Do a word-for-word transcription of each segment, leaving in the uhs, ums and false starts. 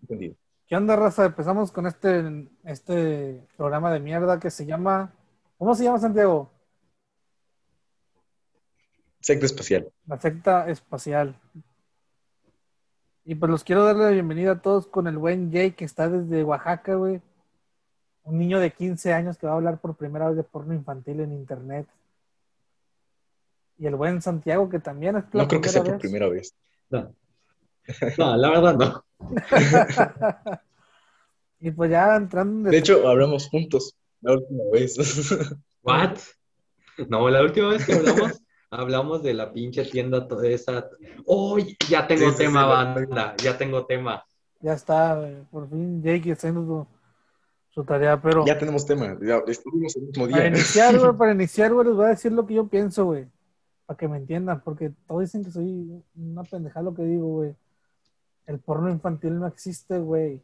Entendido. ¿Qué onda, raza? Empezamos con este, este programa de mierda que se llama... ¿Cómo se llama, Santiago? Secta espacial. La secta espacial. Y pues los quiero darle la bienvenida a todos con el buen Jay que está desde Oaxaca, güey. Un niño de quince años que va a hablar por primera vez de porno infantil en internet. Y el buen Santiago que también es la No creo que primera sea por vez. primera vez. No, no, la verdad no. Y pues ya entrando en De detalle. hecho, hablamos juntos la última vez. ¿What? No, la última vez que hablamos, hablamos de la pinche tienda toda esa. ¡Oh! Ya Sí, tengo sí, sí. tema, la- banda. Ya tengo tema. Ya está, güey. Por fin Jay que está haciendo su, su tarea, pero... Ya tenemos tema. Ya estuvimos el mismo Para día. iniciar, güey, para iniciar, güey, les voy a decir lo que yo pienso, güey. Para que me entiendan, porque todos dicen que soy una pendejada lo que digo, güey. El porno infantil no existe, güey.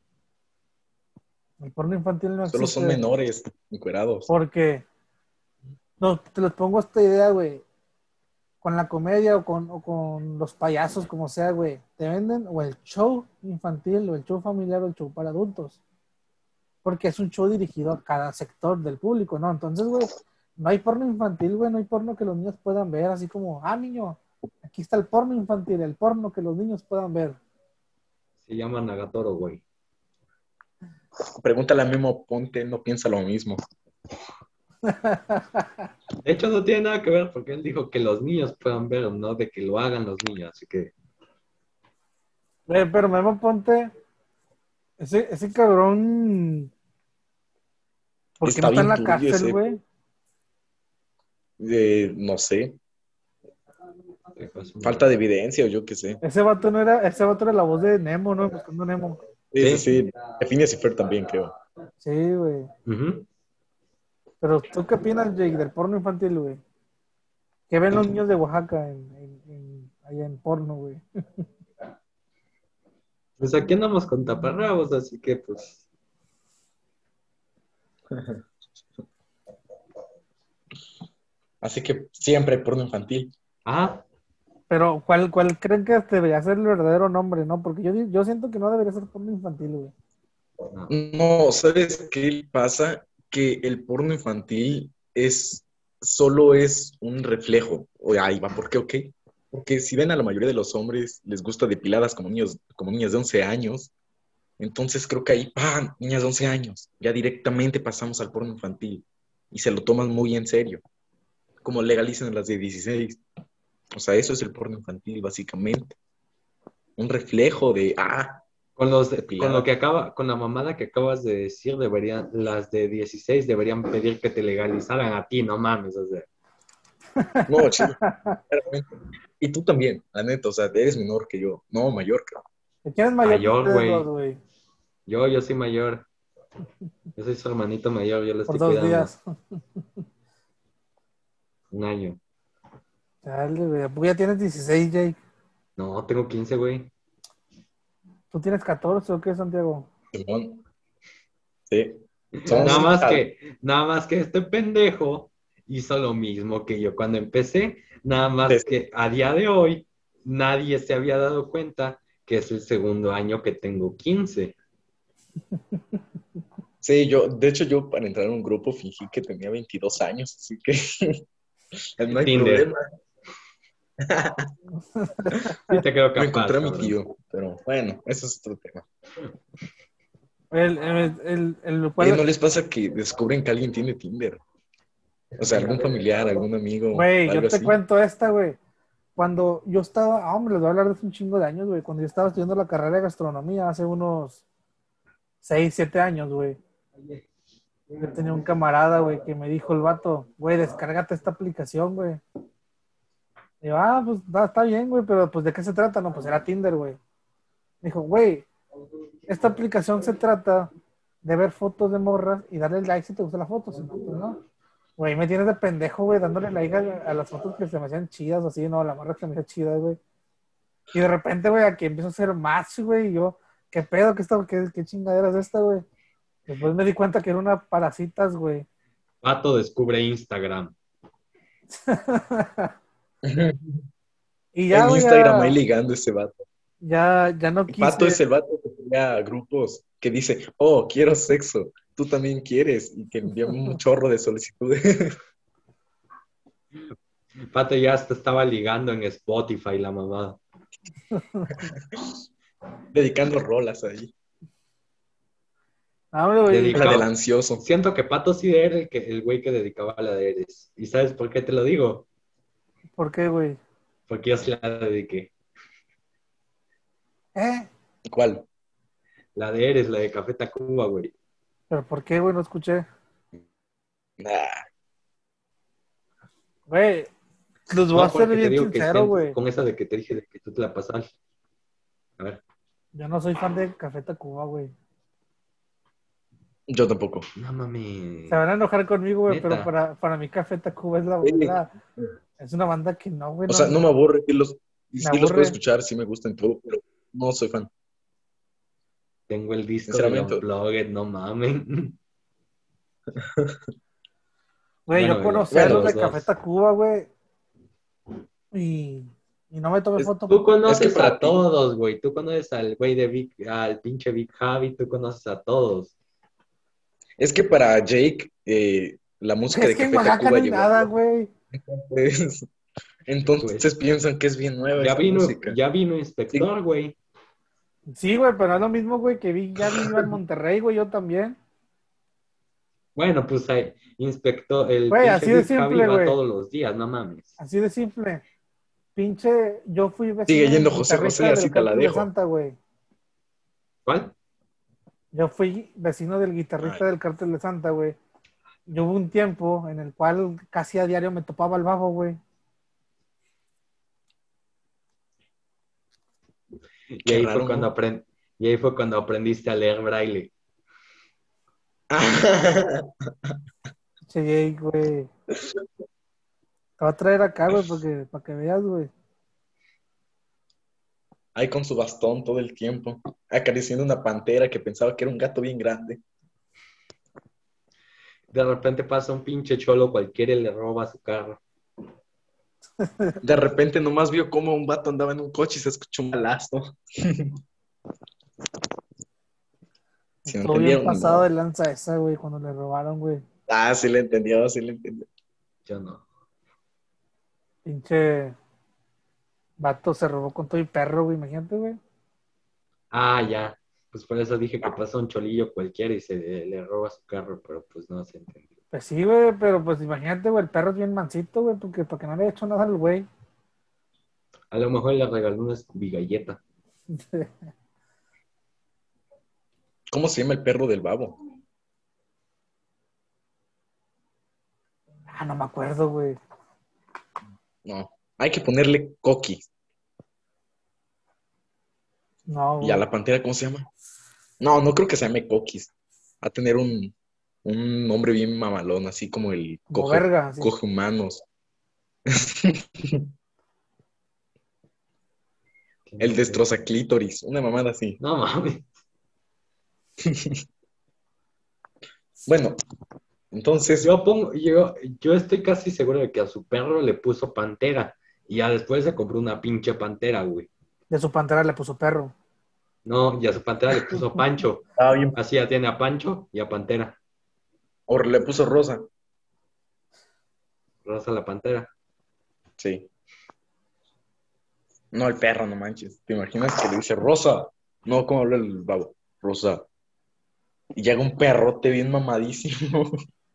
El porno infantil no Solo son existe menores, encuerados. porque, no, te les pongo esta idea, güey. Con la comedia o con, o con los payasos, como sea, güey. Te venden o el show infantil o el show familiar o el show para adultos. Porque es un show dirigido a cada sector del público, ¿no? Entonces, güey, no hay porno infantil, güey, no hay porno que los niños puedan ver, así como, ah, niño, aquí está el porno infantil, el porno que los niños puedan ver. Se llama Nagatoro, güey. Pregúntale a Memo Ponte, no piensa lo mismo. De hecho, no tiene nada que ver porque él dijo que los niños puedan ver, no de que lo hagan los niños. Así que, Güey, pero Memo Ponte, ese, ese cabrón, ¿por qué no Está está en bien la turbio cárcel, ese, güey? eh, no sé, pues, falta de evidencia o yo qué sé. Ese vato no era, ese vato era la voz de Nemo, ¿no? Buscando Nemo. Sí, sí, sí. sí. De Phineas y Fer también, creo. Sí, güey. Ujú. Pero ¿tú qué opinas, Jake, del porno infantil, güey? ¿Qué ven los niños de Oaxaca en, en, en, allá en porno, güey? Pues aquí andamos con taparrabos, así que pues. Así que siempre hay porno infantil. Ah, Pero, ¿cuál, cuál creen que debería ser el verdadero nombre, no? Porque yo, di- yo siento que no debería ser porno infantil, güey. no. No, ¿sabes qué pasa? Que el porno infantil es solo es un reflejo. O ahí va, ¿por qué? Ok. Porque si ven a la mayoría de los hombres les gusta depiladas como niños, como niñas de once años, entonces creo que ahí, ¡pam! Niñas de once años. Ya directamente pasamos al porno infantil y se lo toman muy en serio. Como legalicen las de dieciséis. O sea, eso es el porno infantil, básicamente. Un reflejo de, ah, Con los de- con lo depilada. que acaba, con la mamada que acabas de decir, deberían, las de dieciséis deberían pedir que te legalizaran a ti, no mames, o sea. No, chido. Claramente. Y tú también, la neta, o sea, eres menor que yo. No, mayor, creo. ¿Quién es mayor que Mayor, ustedes dos, güey. güey? Yo, yo soy mayor. Yo soy su hermanito mayor, yo lo Por estoy dos cuidando. días. Un año. Dale, güey. ¿Por qué ya tienes dieciséis, Jake? No, tengo quince, güey. ¿Tú tienes catorce o qué, Santiago? Simón. Sí. Somos Nada Dale. un más tal. que, nada más que este pendejo hizo lo mismo que yo cuando empecé, nada más que a día de hoy nadie se había dado cuenta que es el segundo año que tengo quince. Sí, yo, de hecho, yo para entrar en un grupo fingí que tenía veintidós años, así que no hay Tinder. problema. Sí te creo Me capaz, encontré a mi cabrón. tío, pero bueno, eso es otro tema. El, el, el, el Eh, cual, ¿no les pasa que descubren que alguien tiene Tinder? O sea, algún familiar, algún amigo, güey, yo algo te así. cuento esta, güey. Cuando yo estaba, ah, hombre, les voy a hablar de hace un chingo de años, güey. Cuando yo estaba estudiando la carrera de gastronomía, hace unos seis siete años, güey. Yo tenía un camarada, güey, que me dijo el vato, güey, descárgate esta aplicación, güey. Y yo, ah, pues da- está bien, güey, pero pues ¿de qué se trata? No, pues era Tinder, güey. Me dijo, güey, esta aplicación se trata de ver fotos de morras y darle like si te gusta la foto, si no, pues no. Güey, me tienes de pendejo, güey, dándole like a, a las fotos que se me hacían chidas, así, no, la morra que se me hacía chida, güey. Y de repente, güey, aquí empiezo a hacer match, güey, y yo, ¿qué pedo? ¿Qué, esto, qué, qué chingadera es esta, güey? Después me di cuenta que era una parasitas, güey. Pato descubre Instagram. Y ya, En güey, Instagram ahí ya, ligando ese vato. ya, ya no Y Pato quise, es el vato que se envía a grupos que dice, oh, quiero sexo, tú también quieres, y que envía un chorro de solicitudes. Pato ya hasta estaba ligando en Spotify, la mamá. Dedicando rolas ahí. Ah, güey, Dedicado- La del ansioso. Siento que Pato sí era el, que, el güey que dedicaba la de Eres. ¿Y sabes por qué te lo digo? ¿por qué, güey? Porque yo sí la dediqué. ¿Eh? ¿Cuál? La de Eres, la de Café Tacuba, güey. ¿Pero por qué, güey? No escuché. Nah. Güey, los voy a No, ser porque te bien digo que sincero, siento- güey. con esa de que te dije de que tú te la pasas. A ver. Yo no soy fan de Café Tacuba, güey. Yo tampoco. No mames. Se van a enojar conmigo, güey, pero Neta. para, para mí Café Tacuba es la, Sí. la- es una banda que no, güey. O sea, no me aburre, sí los, sí los aburre. puedo escuchar, sí me gustan todo, pero no soy fan. Tengo el disco de Sinceramente. Unplugged, no mames. Güey, Bueno, yo conocí bueno, a los los de Café dos. Tacuba, güey. Y, y no me tomé Es- foto. Tú conoces Es que para a ti- todos, güey. Tú conoces al güey de Big, al pinche Big Javi, tú conoces a todos. Es que para Jake, eh, la música Es de que en Café Oaxaca Tacuba no hay llegó. nada, güey. Entonces, entonces piensan que es bien nueva Ya esa vino, música. ya vino Inspector, güey. Sí, güey, pero es lo mismo, güey, que vi, ya vivo en Monterrey, güey, yo también. Bueno, pues hay Inspector, el Güey, pinche así de Big Javi simple, va güey. todos los días, no mames. Así de simple. Pinche, yo fui Sigue vecino yendo del José guitarrista José, del así te la Cártel de dejo. Santa, güey. ¿Cuál? Yo fui vecino del guitarrista Ay. del Cártel de Santa, güey. Yo hubo un tiempo en el cual casi a diario me topaba el bajo, güey. Y Qué ahí raro, fue cuando ¿no? aprend- y ahí fue cuando aprendiste a leer braille. Che, Jake, güey. Te voy a traer acá, güey, porque, para que veas, güey. Ahí con su bastón todo el tiempo, acariciando una pantera que pensaba que era un gato bien grande. De repente pasa un pinche cholo cualquiera y le roba su carro. De repente nomás vio cómo un vato andaba en un coche y se escuchó un balazo. Si no Estuvo bien entendieron, ni pasado modo. de lanza esa, güey, cuando le robaron, güey. Ah, sí le entendió, sí le entendió. Yo no. Pinche vato se robó con todo y perro, güey, imagínate, güey. Ah, ya. Pues por eso dije que pasa un cholillo cualquiera y se le, le roba su carro, pero pues no se entendió. Pues sí, güey, pero pues imagínate, güey, el perro es bien mansito, güey, porque para que no le haya hecho nada al güey. A lo mejor le regaló una galleta. ¿Cómo se llama el perro del babo? Ah, no me acuerdo, güey. No, hay que ponerle Coqui. No, ¿Y a güey. la pantera cómo se llama? No, no creo que se llame Coquis. Va a tener un, un nombre bien mamalón, así como el Como coge, verga, sí. coge humanos. El destroza clítoris, una mamada así. No mames. Bueno, entonces, Yo pongo, yo, yo estoy casi seguro de que a su perro le puso pantera y ya después se compró una pinche pantera, güey. De su pantera le puso perro. No, y a su pantera le puso Pancho. estaba bien. Así ya tiene a Pancho y a Pantera. O le puso rosa. Rosa la Pantera. Sí. No, el perro, no manches. ¿Te imaginas que le dice rosa? No, ¿cómo habla el babo? Rosa. Y llega un perrote bien mamadísimo.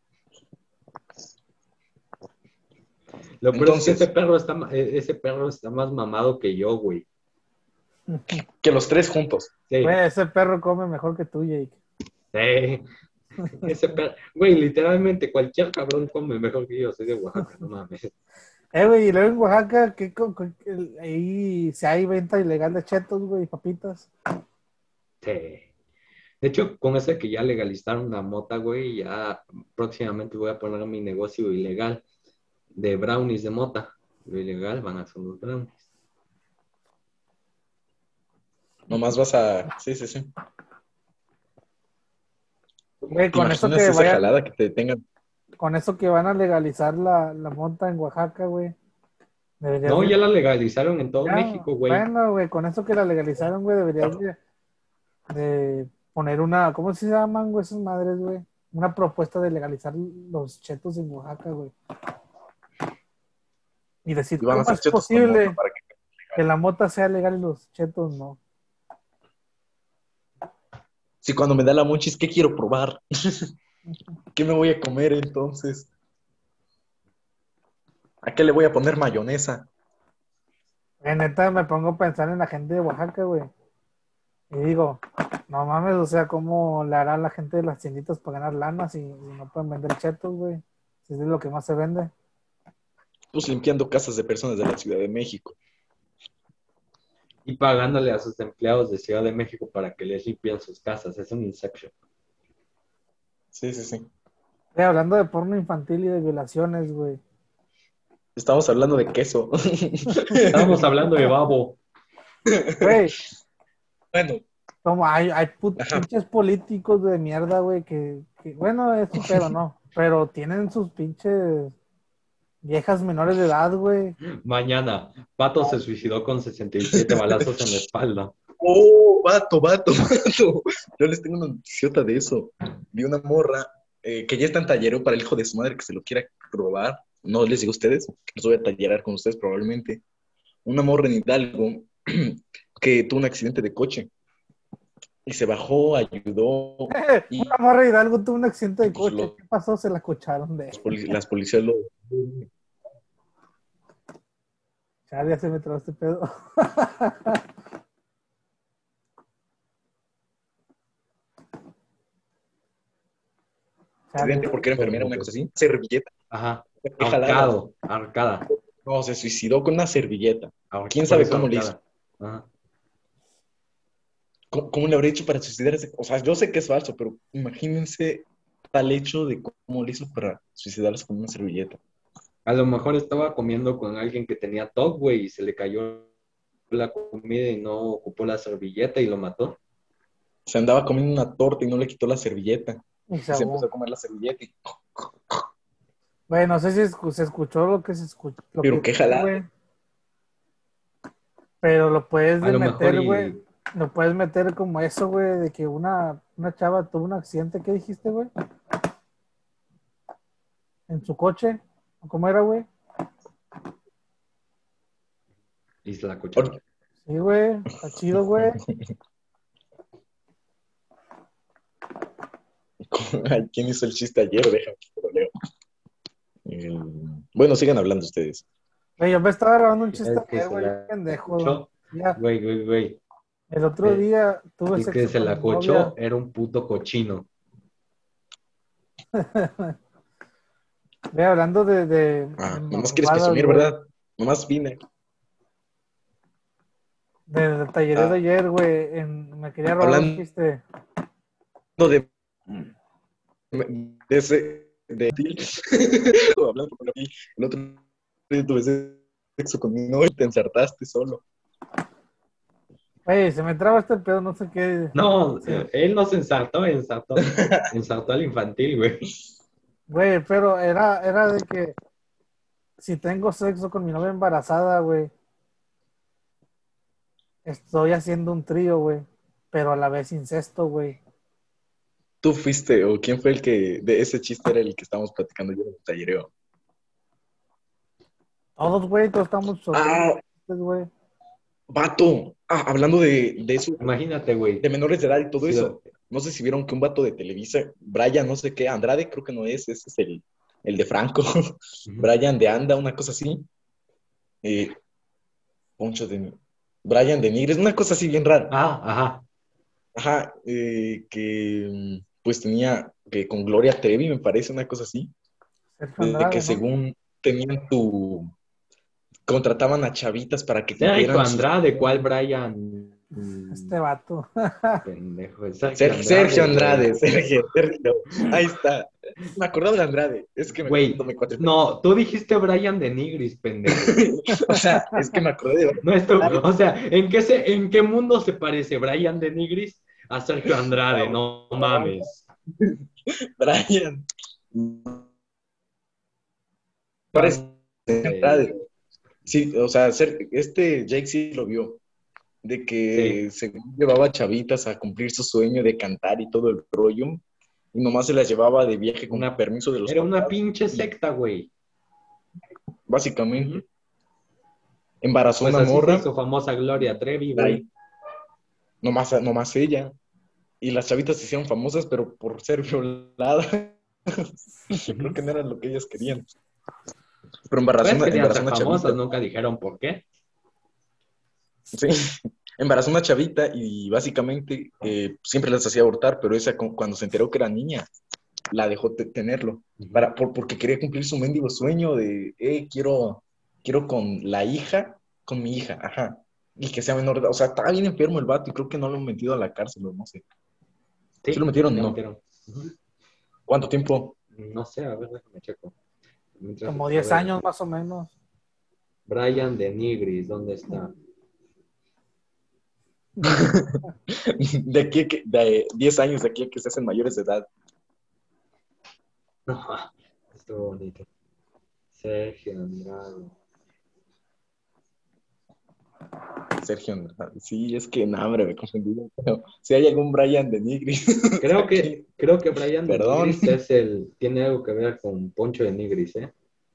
Lo peor es que Entonces, ese perro está, ma- e- ese perro está más mamado que yo, güey. que los tres juntos. Sí, Güey, ese perro come mejor que tú, Jake. sí. Ese perro, güey, literalmente cualquier cabrón come mejor que yo. Soy de Oaxaca, no mames. Eh, güey, y luego en Oaxaca, ¿qué, co- co- el- ahí si hay venta ilegal de chetos, güey, papitas. Sí. De hecho, con ese que ya legalizaron la mota, güey, ya próximamente voy a poner mi negocio ilegal de brownies de mota. Lo ilegal van a ser los brownies. Nomás vas a... Sí, sí, sí. Güey, ¿Te con eso imaginas que esa vayan, jalada que te tengan? con eso que van a legalizar la, la monta en Oaxaca, güey. Deberías No, de- ya la legalizaron en todo ya, México, güey. bueno, güey, con eso que la legalizaron, güey, deberías de de poner una, ¿cómo se llaman, güey, esas madres, güey? Una propuesta de legalizar los chetos en Oaxaca, güey. Y decir, Y van a ¿cómo hacer es chetos con moto posible para que... que la mota sea legal y los chetos no? Si cuando me da la monchis, ¿qué quiero probar? ¿Qué me voy a comer entonces? ¿A qué le voy a poner mayonesa? En neta me pongo a pensar en la gente de Oaxaca, güey. Y digo, no mames, o sea, ¿cómo le hará la gente de las tienditas para ganar lana si, si no pueden vender chetos, güey? Si es de lo que más se vende. Pues limpiando casas de personas de la Ciudad de México. Y pagándole a sus empleados de Ciudad de México para que les limpien sus casas. Es un Inception. Sí, sí, sí. Estoy hablando de porno infantil y de violaciones, güey. Estamos hablando de queso. Estábamos hablando de babo. Güey, Bueno, como hay, hay put- ajá. pinches políticos de mierda, güey, que, que, bueno, es su pedo, ¿no? Pero tienen sus pinches viejas menores de edad, güey. Mañana, Pato se suicidó con sesenta y siete balazos en la espalda. Oh, vato, vato, vato. Yo les tengo una noticiota de eso. Vi una morra eh, que ya está en tallero para el hijo de su madre que se lo quiera probar. No les digo a ustedes, que los voy a tallerar con ustedes probablemente. Una morra en Hidalgo que tuvo un accidente de coche y se bajó, ayudó Una y morra de Hidalgo tuvo un accidente de pues coche. los, ¿Qué pasó? Se la cocharon de. los poli- las policías lo... Chale, ya se me trabó este pedo. Chale. Accidente porque era enfermera, una cosa así. Servilleta. Ajá. Qué jalada. Ahorcado, arcada. No, se suicidó con una servilleta. Ahor- ¿Quién Por sabe eso cómo le hizo? ahorcada. Ajá. ¿Cómo, cómo le habría hecho para suicidarse? O sea, yo sé que es falso, pero imagínense tal hecho de cómo le hizo para suicidarse con una servilleta. A lo mejor estaba comiendo con alguien que tenía T O C, güey, y se le cayó la comida y no ocupó la servilleta y lo mató. Se andaba comiendo una torta y no le quitó la servilleta. Y se Y se empezó ahogó. a comer la servilleta. Y... Güey, no sé si escu- se escuchó lo que se escuchó, lo Pero que qué dije, jalada. güey. Pero lo puedes A de lo mejor meter, güey. y Lo puedes meter como eso, güey, de que una, una chava tuvo un accidente. ¿Qué dijiste, güey? En su coche. ¿Cómo era, güey? y se la cocharon. Sí, güey. Está chido, güey. Ay, ¿quién hizo el chiste ayer? Déjame que lo leo. Eh, Bueno, sigan hablando ustedes. Güey, yo me estaba grabando un chiste El que ayer, se güey, la pendejo. cochó, Ya, güey, güey, güey. el otro El, día tuve el que sexo se con la mi novia. cochó era un puto cochino. Güey, hablando de, de, Ah, de nomás quieres mamadas, presumir, güey. ¿verdad? Nomás vine. Del talleré de Ah, ayer, güey. en- Me quería robar un hablando chiste. de, de ese, de ti, hablando por mí, el otro día tuve sexo con mi novia y te ensartaste solo. Güey, se me traba este pedo, no sé qué. No, Sí. él no se ensartó, ensartó, ensartó al infantil, güey. Güey, pero era, era de que si tengo sexo con mi novia embarazada, güey, estoy haciendo un trío, güey, pero a la vez incesto, güey. Tú fuiste, o quién fue el que, de ese chiste era el que estábamos platicando yo en el tallereo. Todos, güey, todos estamos solteros, Ah, güey. vato. Ah, hablando de, de eso, Imagínate, güey. de menores de edad y todo Si lo- eso. No sé si vieron que un vato de Televisa, Brian, no sé qué, Andrade, creo que no es, ese es el, el de Franco. Ujú. Brian de Anda, una cosa así. Eh, Poncho de. Brian de Nigres, una cosa así bien rara. Ah, ajá. Ajá, eh, que mm, pues tenía que con Gloria Trevi, me parece, una cosa así. Sergio De que Andrade, ¿no? según tenían tu. Contrataban a chavitas para que Sergio cumplieran sus. Andrade, ¿cuál Brian? Mm, Este vato. pendejo. Sergio Ser- Sergio Andrade, Andrade, güey. Sergio, Sergio. Ahí está. Me acordaba de Andrade. Es que me Güey, tomé cuatro. no, tú dijiste Brian de Nigris, pendejo. O sea, es que me acordé de No esto, o sea, ¿en qué se, en qué mundo se parece Brian de Nigris a Sergio Andrade? No mames. Brian. Parece Andrade. Sí, o sea, ser- este Jake sí lo vio. de que se llevaba chavitas a cumplir su sueño de cantar y todo el rollo, y nomás se las llevaba de viaje con Una- permiso de los Era una papás, pinche secta, güey. básicamente. Embarazó Pues una así se morra, hizo famosa Gloria Trevi, ahí, güey. nomás, nomás ella. Y las chavitas se hicieron famosas, pero por ser violadas. Creo que no era lo que ellas querían. Pero embarazó Pues una, querían embarazó ser una famosas, chavita. nunca dijeron por qué. Sí, embarazó una chavita y básicamente eh, siempre las hacía abortar, pero esa cu- cuando se enteró que era niña, la dejó te- tenerlo, para, por, porque quería cumplir su mendigo sueño de, eh, quiero, quiero con la hija, con mi hija, ajá, y que sea menor de edad. O sea, estaba bien enfermo el vato y creo que no lo han metido a la cárcel, o no sé. ¿Sí lo Sí, metieron? lo No. metieron. Ujú. ¿Cuánto tiempo? No sé, a ver, déjame checo. Mientras, Como a diez ver, años más o menos. Brian de Nigris, ¿dónde está? De aquí a que, de diez años, de aquí a que se hacen mayores de edad. No, estuvo bonito. Sergio Andrade. Sergio Andrade. Sí, es que, no, hombre, me confundí. Pero si hay algún Brian de Nigris Creo aquí, que, creo que Brian de perdón. Nigris es el, tiene algo que ver con Poncho de Nigris, ¿eh?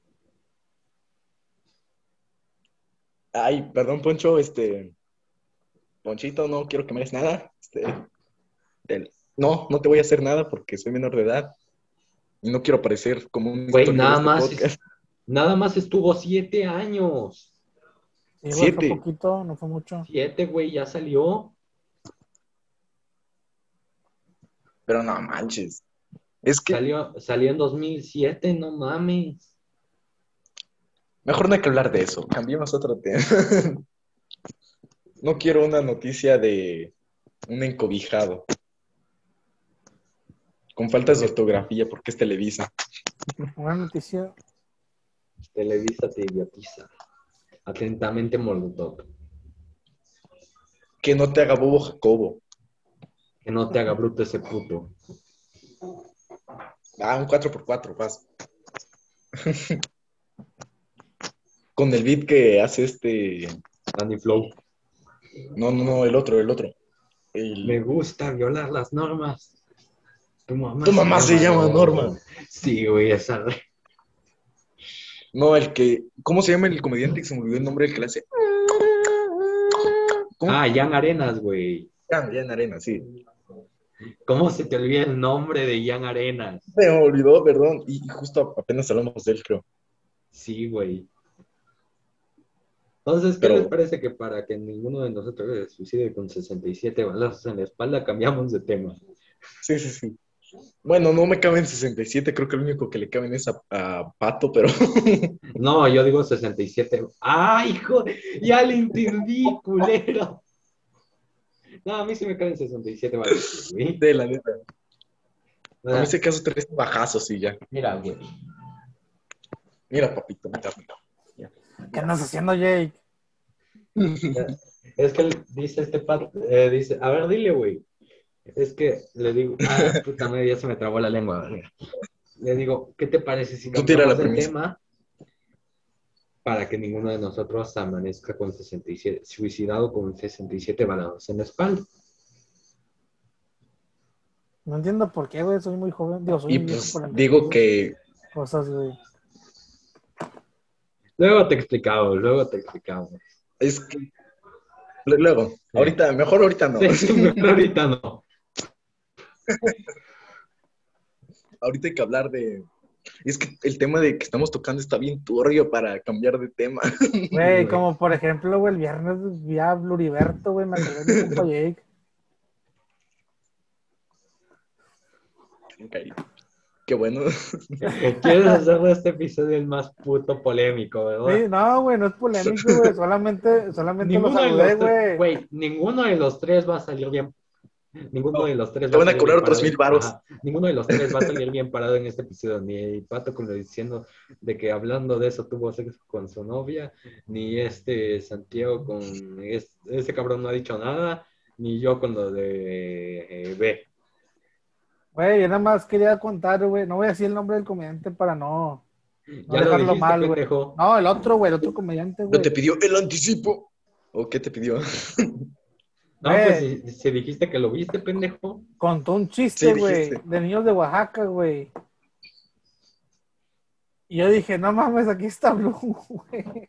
Ay, perdón, Poncho, este, Ponchito, no quiero que me hagas nada. Este, el- no, no te voy a hacer nada porque soy menor de edad y no quiero parecer como un Güey, stalker de nada este más, es- podcast. nada más estuvo siete años. Sí, güey, fue Siete, poquito, no fue mucho. Siete, güey, ya salió. pero no manches. Es que Salió, salió en dos mil siete, no mames. mejor no hay que hablar de eso. Cambiemos otro tema. No quiero una noticia de un encobijado con faltas de ortografía porque es Televisa. Una noticia. Televisa te idiotiza. Atentamente Molotov. Que no te haga bobo Jacobo. Que no te haga bruto ese puto. Ah, un cuatro por cuatro, vas. Con el beat que hace este... Danny Flow. No, no, no, el otro, el otro. Me El... gusta violar las normas. Tu mamá Tu se mamá se llama llama Norma. Norma. Sí, güey, esa. re- No, el que... ¿Cómo se llama el comediante que se me olvidó el nombre del que le hace? ¿Cómo? Ah, Jan Arenas, güey. Ya, ya en arena, sí. ¿Cómo se te olvida el nombre de Jan Arenas? Se me olvidó, perdón. Y justo apenas hablamos de él, creo. Sí, güey. Entonces, ¿qué les Pero parece que para que ninguno de nosotros se suicide con sesenta y siete balazos en la espalda, cambiamos de tema? sí, sí, sí. Bueno, no me caben sesenta y siete, creo que el único que le caben es a, a Pato, pero No, yo digo sesenta y siete. ¡Ah, hijo! de- Ya le entendí, culero. No, a mí sí me caben sesenta y siete balazos, güey. de la neta. O A mí sea, se caso tres bajazos y ya. mira, güey. Mira, papito, mira, mira. Ya, ¿Qué mira. andas haciendo, Jake? Es que él dice este pat, eh, dice, a ver, dile, güey. Es que le digo, ah, puta madre, ya se me trabó la lengua. Güey. Le digo, ¿qué te parece si Tú tira la cambiamos de premisa. tema para que ninguno de nosotros amanezca con sesenta y siete, suicidado con sesenta y siete balazos en la espalda? No entiendo por qué, güey. Soy muy joven. Digo, soy Y muy viejo pues para entender digo esas que cosas, güey. Luego te explicamos, luego te explicamos. es que luego, Sí, ahorita, mejor ahorita no. sí, mejor ahorita no. Ahorita hay que hablar de. Es que el tema de que estamos tocando está bien turbio para cambiar de tema. Güey, Güey. como por ejemplo, güey, el viernes vi a Bluriberto, güey. Me acordé de mi compa Jake. Ok. Qué bueno. Que quieres hacer de este episodio el más puto polémico, ¿verdad? Sí, no, güey, no es polémico, güey. Solamente, solamente lo Ninguno de saludé, los tres, güey. güey, ninguno de los tres va a salir bien. Ninguno No, de los tres te va a van a salir cobrar bien otros parado. mil varos. Ajá. Ninguno de los tres va a salir bien parado en este episodio. Ni el Pato con lo diciendo de que hablando de eso tuvo sexo con su novia, ni este Santiago con es- ese cabrón no ha dicho nada, ni yo con lo de eh, B. Güey, yo nada más quería contar, güey. No voy a decir el nombre del comediante para no, no Ya lo dejarlo dijiste, mal, güey. pendejo. No, el otro, güey, el otro comediante, Pero güey. te pidió el anticipo. ¿O qué te pidió? No, Güey. pues si, si dijiste que lo viste, pendejo. Contó un Sí, chiste, güey, dijiste. de niños de Oaxaca, güey. Y yo dije, no mames, aquí está Blue, güey.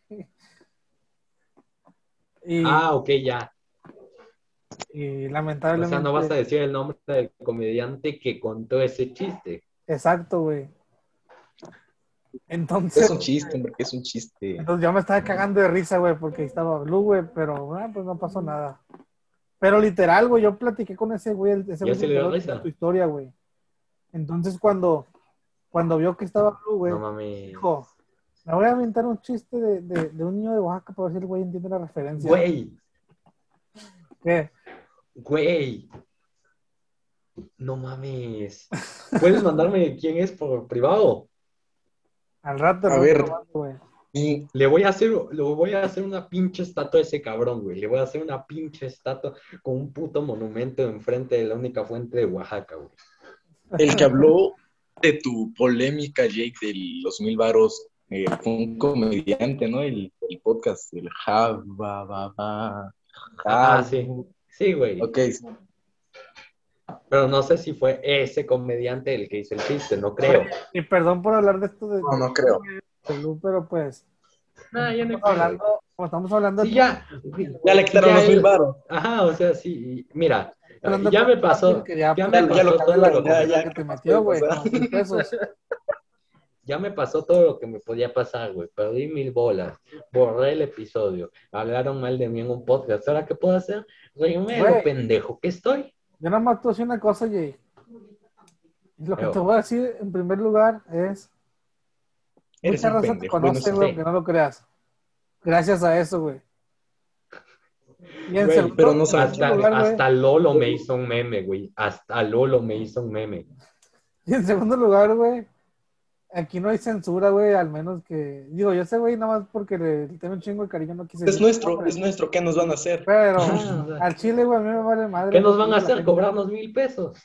Y, Ah, ok, ya. y O lamentablemente, sea, no vas a decir el nombre del comediante que contó ese chiste. exacto, güey. Entonces, Es un chiste, hombre, es un chiste. entonces yo me estaba cagando de risa, güey, porque ahí estaba Blue, güey, pero ah, pues no pasó nada. Pero literal, güey, yo platiqué con ese güey, ese ¿Ya güey se se le dio enteró de risa? tu historia, güey. Entonces cuando, cuando vio que estaba Blue, güey, No mames. dijo, me voy a aventar un chiste de, de, de un niño de Oaxaca para ver si el güey entiende la referencia. Güey, ¿Qué? güey. No mames. ¿Puedes mandarme quién es por privado? Al rato, A al ver. rato, güey. Y Le voy a hacer, le voy a hacer una pinche estatua a ese cabrón, güey. Le voy a hacer una pinche estatua con un puto monumento enfrente de la única fuente de Oaxaca, güey. el que habló de tu polémica, Jake, de los mil varos, eh, fue un comediante, ¿no? El, el podcast, el ja, ba, ba, ba, Ah, ja. sí. Sí, güey. Ok, Pero no sé si fue ese comediante el que hizo el chiste, no creo. Oye, y perdón por hablar de esto de, no, no creo. de Blue, pero pues, No, ya no hay estamos pedo. hablando, como estamos hablando Sí, de ya. Ya le quitaron Ya los mil él- varos. Ajá, o sea, sí. Mira, hablando ya con me un fácil pasó, que ya, ya pues, me Ya, ya lo pasó todo cancelaron, lo ya, que, ya. que te ¿qué más metió, puede güey, pasar? con mil pesos. ya me pasó todo lo que me podía pasar, güey. Perdí mil bolas, borré el episodio, hablaron mal de mí en un podcast. ¿Ahora qué puedo hacer? Reírme de lo Güey, pendejo que estoy. yo nada más te voy a decir una cosa, Jay. Y lo que te Pero, voy a decir en primer lugar es, Eres mucha un raza te pendejo. Bueno, conoce, sí. güey, sí. aunque no lo creas. Gracias a eso, güey. Y en Güey, segundo, Pero no en sabes. segundo hasta, lugar, güey, hasta Lolo me hizo un meme, güey. Hasta Lolo me hizo un meme. y en segundo lugar, güey, aquí no hay censura, güey, al menos que, digo, yo sé, güey, nada más porque le, le tengo un chingo de cariño, no quise Es decir nuestro, nombre. es nuestro. ¿Qué nos van a hacer? Pero Ajá, o sea, al chile, güey, a mí me vale madre, ¿qué güey, nos van a la hacer? gente. ¿Cobrarnos mil pesos?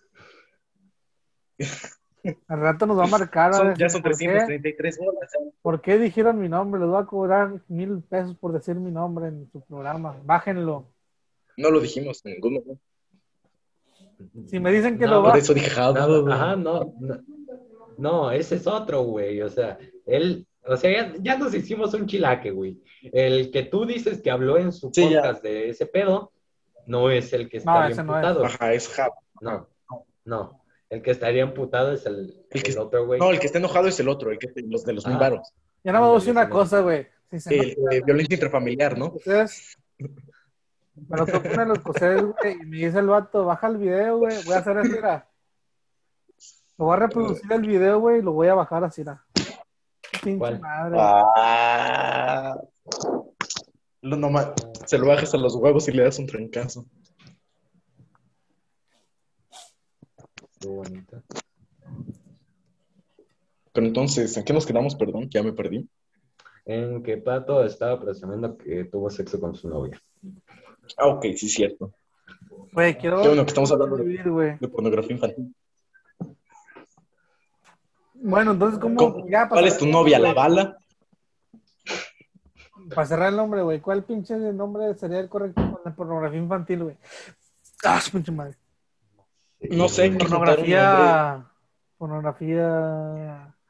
Al rato nos va a marcar, a Son, ver, ya son ¿por trescientas qué? treinta y tres bolas. ¿Por qué dijeron mi nombre? Les voy a cobrar mil pesos por decir mi nombre en su programa. Bájenlo. No lo dijimos en ningún momento. Si me dicen que No, lo Por va, eso dije, ja, no, ba, no, ba. ajá, no, no, no, ese es otro, güey, o sea, él, o sea, ya, ya nos hicimos un chilaque, güey. El que tú dices que habló en su Sí, ya. podcast de ese pedo, no es el que no, estaría ese no es. emputado. Ajá, es ja. No, no, el que estaría emputado es el, El que, el otro, güey. no, el que está enojado es el otro, el que los de los mil Ajá, varos. Ya no me voy a ándale, decir una ese cosa, mismo. güey. Si se El de violencia intrafamiliar, ¿no? ustedes, pero tú pones los coseres, güey, y me dice el vato, baja el video, güey. Voy a hacer esto, mira. Lo voy a reproducir el video, güey, y lo voy a bajar así, mira. Pinche ¿Cuál? madre. Ah. Lo nomás, se lo bajas a los huevos y le das un trancazo. Estuvo bonito. Pero entonces, ¿en qué nos quedamos? Perdón, ya me perdí. En que Pato estaba presumiendo que tuvo sexo con su novia. Ah, ok, sí, cierto. Güey, quiero Qué bueno que estamos hablando de, vivir, güey. de pornografía infantil. Bueno, entonces, ¿cómo? ¿Cómo- Ya, ¿Cuál para es tu novia? ¿La bala? Para cerrar el nombre, güey. ¿Cuál pinche nombre sería el correcto con la pornografía infantil, güey? Ah, su pinche madre. No sé, hay que inventar un nombre. Pornografía. Pornografía.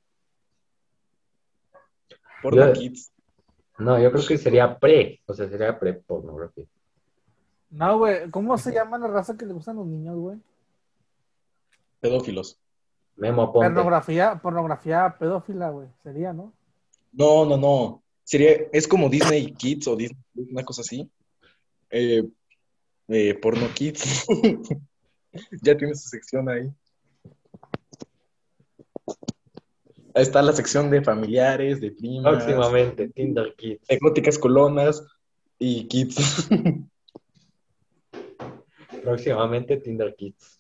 Porno Yo- Kids. No, yo creo que sería pre, o sea, sería pre-pornografía. No, güey. ¿Cómo se llama la raza que le gustan los niños, güey? Pedófilos. Memo, ponte. Pornografía, pornografía pedófila, güey. Sería, ¿no? No, no, no. Sería, es como Disney Kids o Disney, una cosa así. Eh, eh, Porno Kids. Ya tiene su sección ahí. Ahí está la sección de familiares, de primas, Próximamente, Tinder Kids. exóticas colonas y kids. Próximamente, Tinder Kids.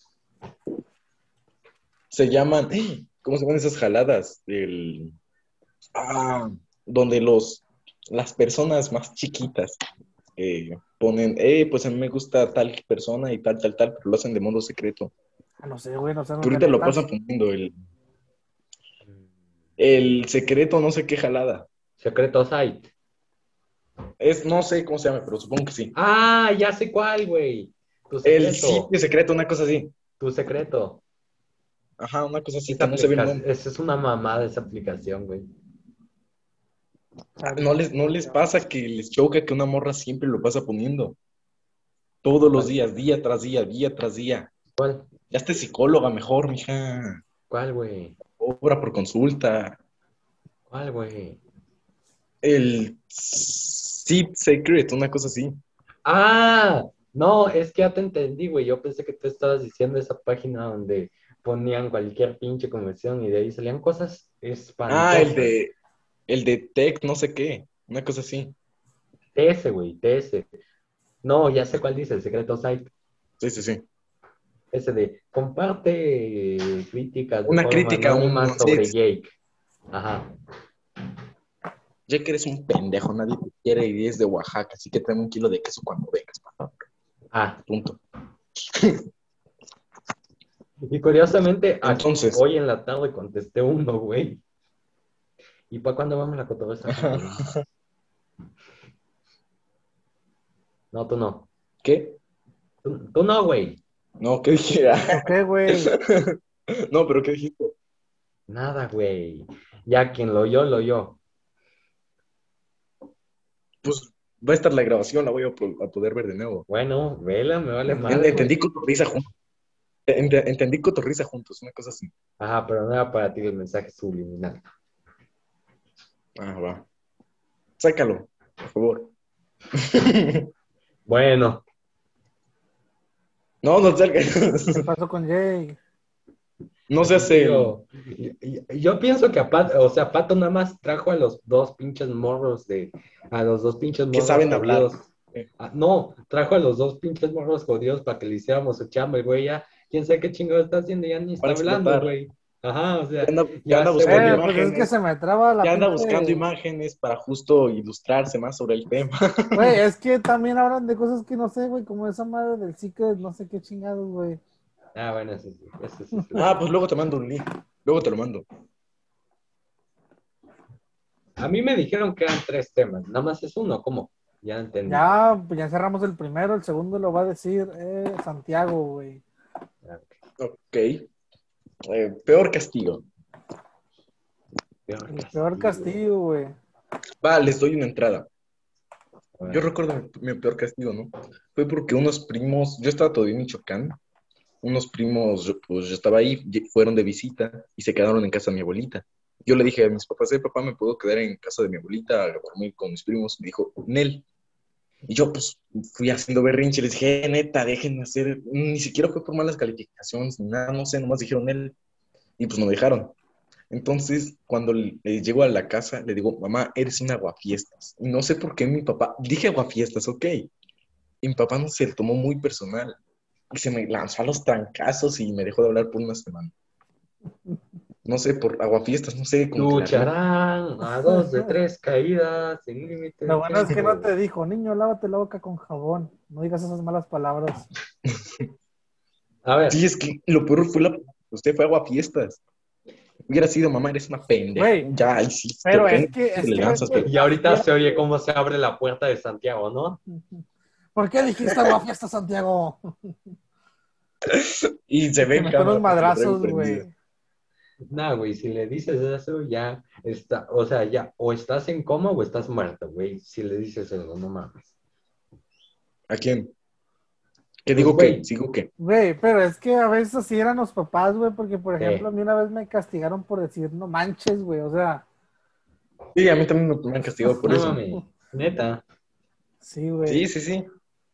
Se llaman, ¡eh! ¿Cómo se llaman esas jaladas? El, ah, donde los, las personas más chiquitas eh, ponen, eh, pues a mí me gusta tal persona y tal, tal, tal, pero lo hacen de modo secreto. Ah, no sé, güey. No sé. Que ahorita lo pasan poniendo el, el secreto, no sé qué jalada. Secreto Site. Es, no sé cómo se llama, pero supongo que sí. Ah, ya sé cuál, güey. Tu El secreto. sitio secreto, una cosa así. Tu secreto. Ajá, una cosa así Esa que no se ve el aplicación, nombre. esa es una mamada esa aplicación, güey. No les, no les pasa que les choca que una morra siempre lo pasa poniendo. Todos los ¿Cuál? días, día tras día, día tras día. ¿Cuál? Ya esté psicóloga mejor, mija. ¿Cuál, güey? Cobra por consulta. ¿Cuál, güey? El Seed Secret, una cosa así. Ah, no, es que ya te entendí, güey. Yo pensé que tú estabas diciendo esa página donde ponían cualquier pinche conversión y de ahí salían cosas Ah, el espantosas. de, el de Tech, no sé qué. Una cosa así. T S, güey, T S. No, ya sé cuál dice, el secreto site. Sí, sí, sí. Ese de comparte eh, críticas de Una forma crítica, anónima un... Sí, sobre Jake. Ajá. ya que eres un pendejo, nadie te quiere y es de Oaxaca, así que tráeme un kilo de queso cuando vengas, por favor. Ah, Punto. y curiosamente, a- Entonces, hoy en la tarde contesté uno, güey. ¿Y para cuándo vamos a la cotorreza juntos? No, tú no. ¿qué? Tú, tú no, güey. No, ¿qué dije? ¿Yo qué, güey? No, pero ¿qué dijiste? Nada, güey. Ya quien lo oyó, lo oyó. Pues va a estar la grabación, la voy a, po- a poder ver de nuevo. Bueno, vela, me vale En- madre, güey. entendí cotorriza juntos. Ent- entendí cotorriza juntos, una cosa así. Ajá, pero no era para ti el mensaje subliminal. Ah, va. Sácalo, por favor. Bueno, No, no salga. ¿Qué pasó con Jay? No se aquí hace el. sigo. Y- y- Yo pienso que a Pato, o sea, Pato nada más trajo a los dos pinches morros de, a los dos pinches Que morros saben hablar. jodidos. Ah, no, trajo a los dos pinches morros jodidos para que le hiciéramos su chamba, y güey, ya, quién sabe qué chingado está haciendo, ya ni está Para hablando, explotar. güey. Ajá, o Ya sea, anda, ya ya anda se buscando Eh, volvió. pues es que imágenes. se me traba la Ya anda buscando pinche... imágenes para justo ilustrarse más sobre el tema. Güey, es que también hablan de cosas que no sé, güey, como esa madre del Secret, no sé qué chingados, güey. Ah, bueno, eso sí, eso sí. sí. Ah, pues luego te mando un link. Luego te lo mando. A mí me dijeron que eran tres temas, nada más es uno, ¿cómo? Ya entendí. Ya, pues ya cerramos el primero, el segundo lo va a decir eh, Santiago, güey. Ah, Ok. Eh, peor castigo. peor El peor castigo, güey. Va, les doy una entrada. A ver. Yo recuerdo mi, mi peor castigo, ¿no? Fue porque unos primos, yo estaba todavía en Michoacán, unos primos, pues yo estaba ahí, ye- fueron de visita y se quedaron en casa de mi abuelita. Yo le dije a mis papás, eh, papá, ¿me puedo quedar en casa de mi abuelita a dormir con mis primos? Me dijo, Nel. Y yo, pues, fui haciendo berrinche, les dije, "Eh, neta, déjenme hacer, ni siquiera fue por malas calificaciones, ni nada, no sé, nomás dijeron él, y pues no dejaron. Entonces, cuando le, le llego a la casa, le digo, mamá, eres un aguafiestas. Y no sé por qué mi papá, dije aguafiestas, ok. Y mi papá no se lo tomó muy personal. Y se me lanzó a los trancazos y me dejó de hablar por una semana. No sé, por aguafiestas, no sé, como que la rima. Lucharán a dos de tres caídas sin límite Lo de bueno es que no tiempo. te dijo, niño, lávate la boca con jabón. No digas esas malas palabras. A ver, Sí, es que lo peor fue la... Usted fue aguafiestas. Hubiera sido, mamá, eres una pendeja. Güey, Ya, ahí sí, te pero es ofende, que, es le que, lanzas, pero... güey, y así ahorita era, se oye güey. cómo se abre la puerta de Santiago, ¿no? ¿Por qué dijiste agua fiesta, Santiago? Y se ve Te en meto unos cámara porque lo traigo madrazos, prendido. güey. Nah, güey, si le dices eso, ya está, o sea, ya, o estás en coma o estás muerto, güey, si le dices eso, no mames. ¿A quién? ¿Qué Pues, digo qué? güey, ¿Sigo qué? Güey, pero es que a veces así eran los papás, güey, porque, por ejemplo, a ¿qué? mí una vez me castigaron por decir no manches, güey, o sea, Sí, a mí también me me han castigado por No eso. mames, neta. sí, güey. Sí, sí, sí.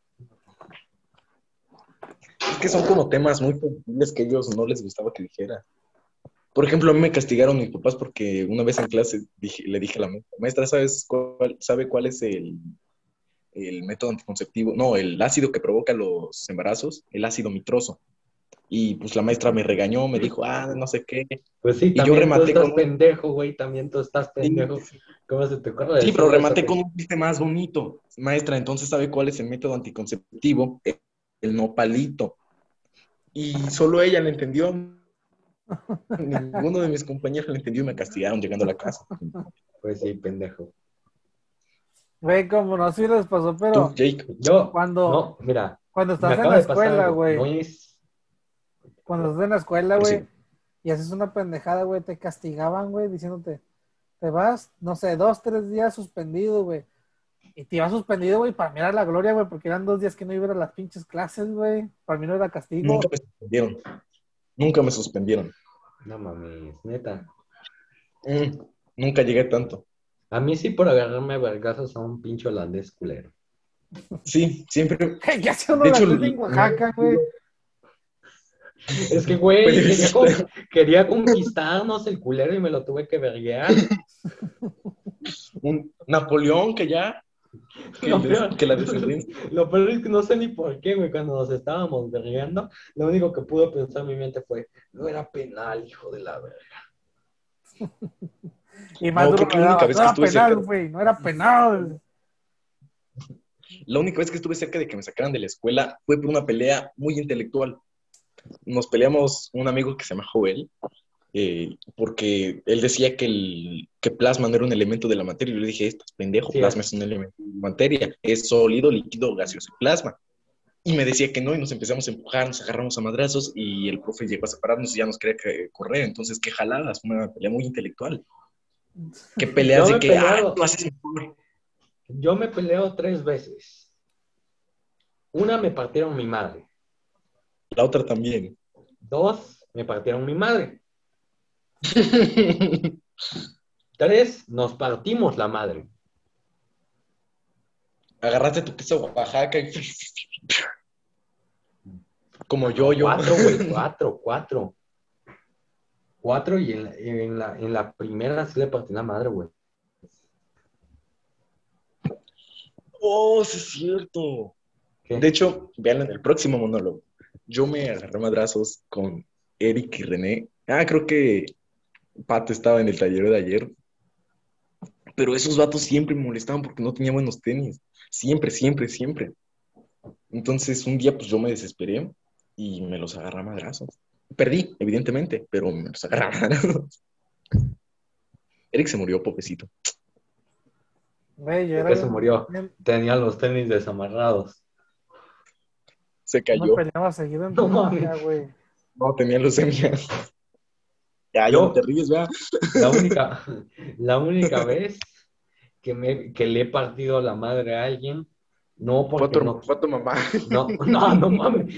Es que son como temas muy sensibles que a ellos no les gustaba que dijera. Por ejemplo, a mí me castigaron mis papás porque una vez en clase dije- le dije a la maestra, maestra, ¿sabes cuál, sabe cuál es el, el método anticonceptivo? No, el ácido que provoca los embarazos, el ácido nitroso. Y pues la maestra me regañó, me dijo, ah, no sé qué. Pues sí, Y yo también tú rematé estás con un, pendejo, güey, también tú estás sí, pendejo. ¿Cómo se te ocurre sí, pero decirle eso, rematé güey? con un chiste más bonito. Maestra, entonces, ¿sabe cuál es el método anticonceptivo? El nopalito. Y solo ella le entendió. Ninguno de mis compañeros le entendió y me castigaron llegando a la casa. Pues sí, pendejo. Güey, como no sé si les pasó, Tú, pero Jake. Yo, cuando, no, mira, cuando me estás en acaba la de pasar escuela, algo. güey, No es. cuando estás en la escuela, güey, Prosigue. y haces una pendejada, güey, te castigaban, güey, diciéndote, te vas, no sé, dos, tres días suspendido, güey. Y te ibas suspendido, güey, para mirar la gloria, güey, porque eran dos días que no iba a las pinches clases, güey. Para mí no era Nunca castigo. me suspendieron. Nunca me suspendieron. No mames, neta. Mm, nunca llegué tanto. A mí sí por agarrarme a vergazos a un pinche holandés culero. Sí, siempre. ¿Qué hace un De hecho, holandés l- en me Oaxaca, güey? Es que, güey, puede quería, ser con- quería conquistarnos el culero y me lo tuve que verguear. un Napoleón que ya, que, Lo el- peor, que la descendencia. lo peor es que no sé ni por qué, güey, cuando nos estábamos vergueando, lo único que pudo pensar mi mente fue, no era penal, hijo de la verga. Y más No, duro creo que me la única daba. vez No que era estuve cerca penal, de, güey, no era penal. la única vez que estuve cerca de que me sacaran de la escuela fue por una pelea muy intelectual. Nos peleamos un amigo que se llama Joel, eh, porque él decía que, el, que plasma no era un elemento de la materia. Yo le dije, estás pendejo, Sí plasma es. es un elemento de la materia, es sólido, líquido, gaseoso y plasma. Y me decía que no, y nos empezamos a empujar, nos agarramos a madrazos, y el profe llegó a separarnos y ya nos quería que- correr. Entonces, qué jaladas, fue una pelea muy intelectual. Qué peleas Yo me de he que, ah, peleado, tú haces mejor. yo me peleo tres veces. Una me partieron mi madre. La otra también. Dos, me partieron mi madre. Tres, nos partimos la madre. Agarraste tu queso Oaxaca y como yo, No, yo. cuatro, güey, cuatro, cuatro. Cuatro y en la, en la, en la primera sí le partí la madre, güey. Oh, sí es cierto. De ¿Qué? hecho, vean en el próximo monólogo. Yo me agarré madrazos con Eric y René. Ah, creo que Pato estaba en el taller de ayer, pero esos vatos siempre me molestaban porque no tenía buenos tenis. Siempre, siempre, siempre. Entonces, un día, pues yo me desesperé y me los agarré a madrazos. Perdí, evidentemente, pero me los agarré a madrazos. Eric se murió, pobrecito. Güey, yo ¿De era qué se bien, murió? bien- Tenía los tenis desamarrados. Se yo me cayó. peleaba seguido en No mames. primaria, güey. No, tenía leucemia. Ya, ya no te Yo, ríes, ¿verdad? la única, la única vez que, me, que le he partido la madre a alguien, no Fue a porque tu, no, fue a tu mamá. no, no, no mames.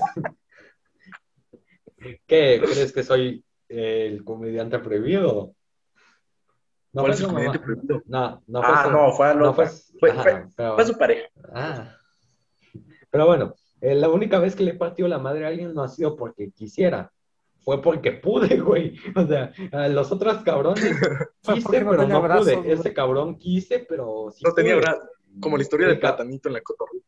¿Qué? ¿Crees que soy el comediante prohibido? No ¿Cuál fue es el su comediante mamá, prohibido? no, no fue Ah, su, no, fue a la no fue, otra. su- Fue, fue, ajá, fue a su pero, pareja. ah, pero bueno, eh, la única vez que le partió la madre a alguien no ha sido porque quisiera, fue porque pude, güey. O sea, a los otros cabrones Fue quise, porque no pero tenía no pude. brazos, Ese güey. cabrón quise, pero sí No tenía pude. brazo. Como la historia El del ca- platanito en la cotorrita.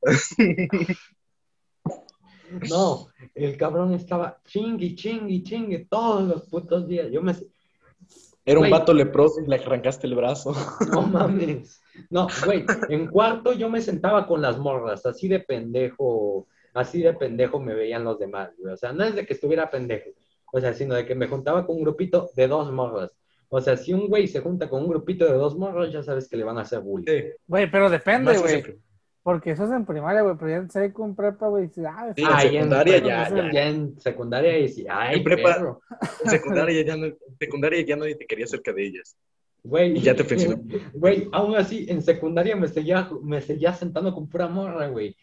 no, el cabrón estaba chingue, chingue, chingue todos los putos días. Yo me, Era un güey, vato leproso y le arrancaste el brazo. no mames. No, güey, en cuarto yo me sentaba con las morras, así de pendejo, así de pendejo me veían los demás, güey. O sea, no es de que estuviera pendejo, o sea, sino de que me juntaba con un grupito de dos morras. O sea, si un güey se junta con un grupito de dos morras, ya sabes que le van a hacer bullying. Sí, Güey, pero depende, más en güey. secundaria. Porque eso es en primaria, güey. Pero ya en seco, en prepa, güey. dices, Ah, Sí, ese en Ah, güey. y en secundaria prepa, ya, Es ya. el... ya en secundaria y sí, En ay, prepa, perro. en secundaria ya no, en secundaria ya nadie te quería cerca de ellas. Güey, Y ya te ofensionaban. güey, aún así, en secundaria me seguía, me seguía sentando con pura morra, güey.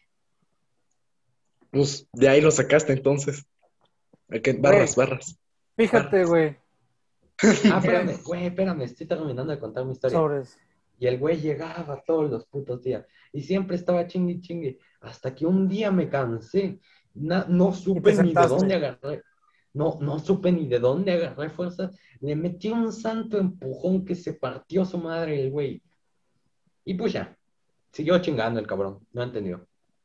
Pues de ahí lo sacaste entonces. ¿A qué? Güey, Barras, barras, fíjate, barras. güey. Ah, Que espérame, güey, espérame, estoy terminando de contar mi historia. sobres. Y el güey llegaba todos los putos días. Y siempre estaba chingue, chingue. Hasta que un día me cansé. Na- no Y te supe ni de dónde sentaste. agarré. No, no supe ni de dónde agarré fuerzas. Le metí un santo empujón que se partió su madre el güey. Y pues ya. Siguió chingando el cabrón. No entendió.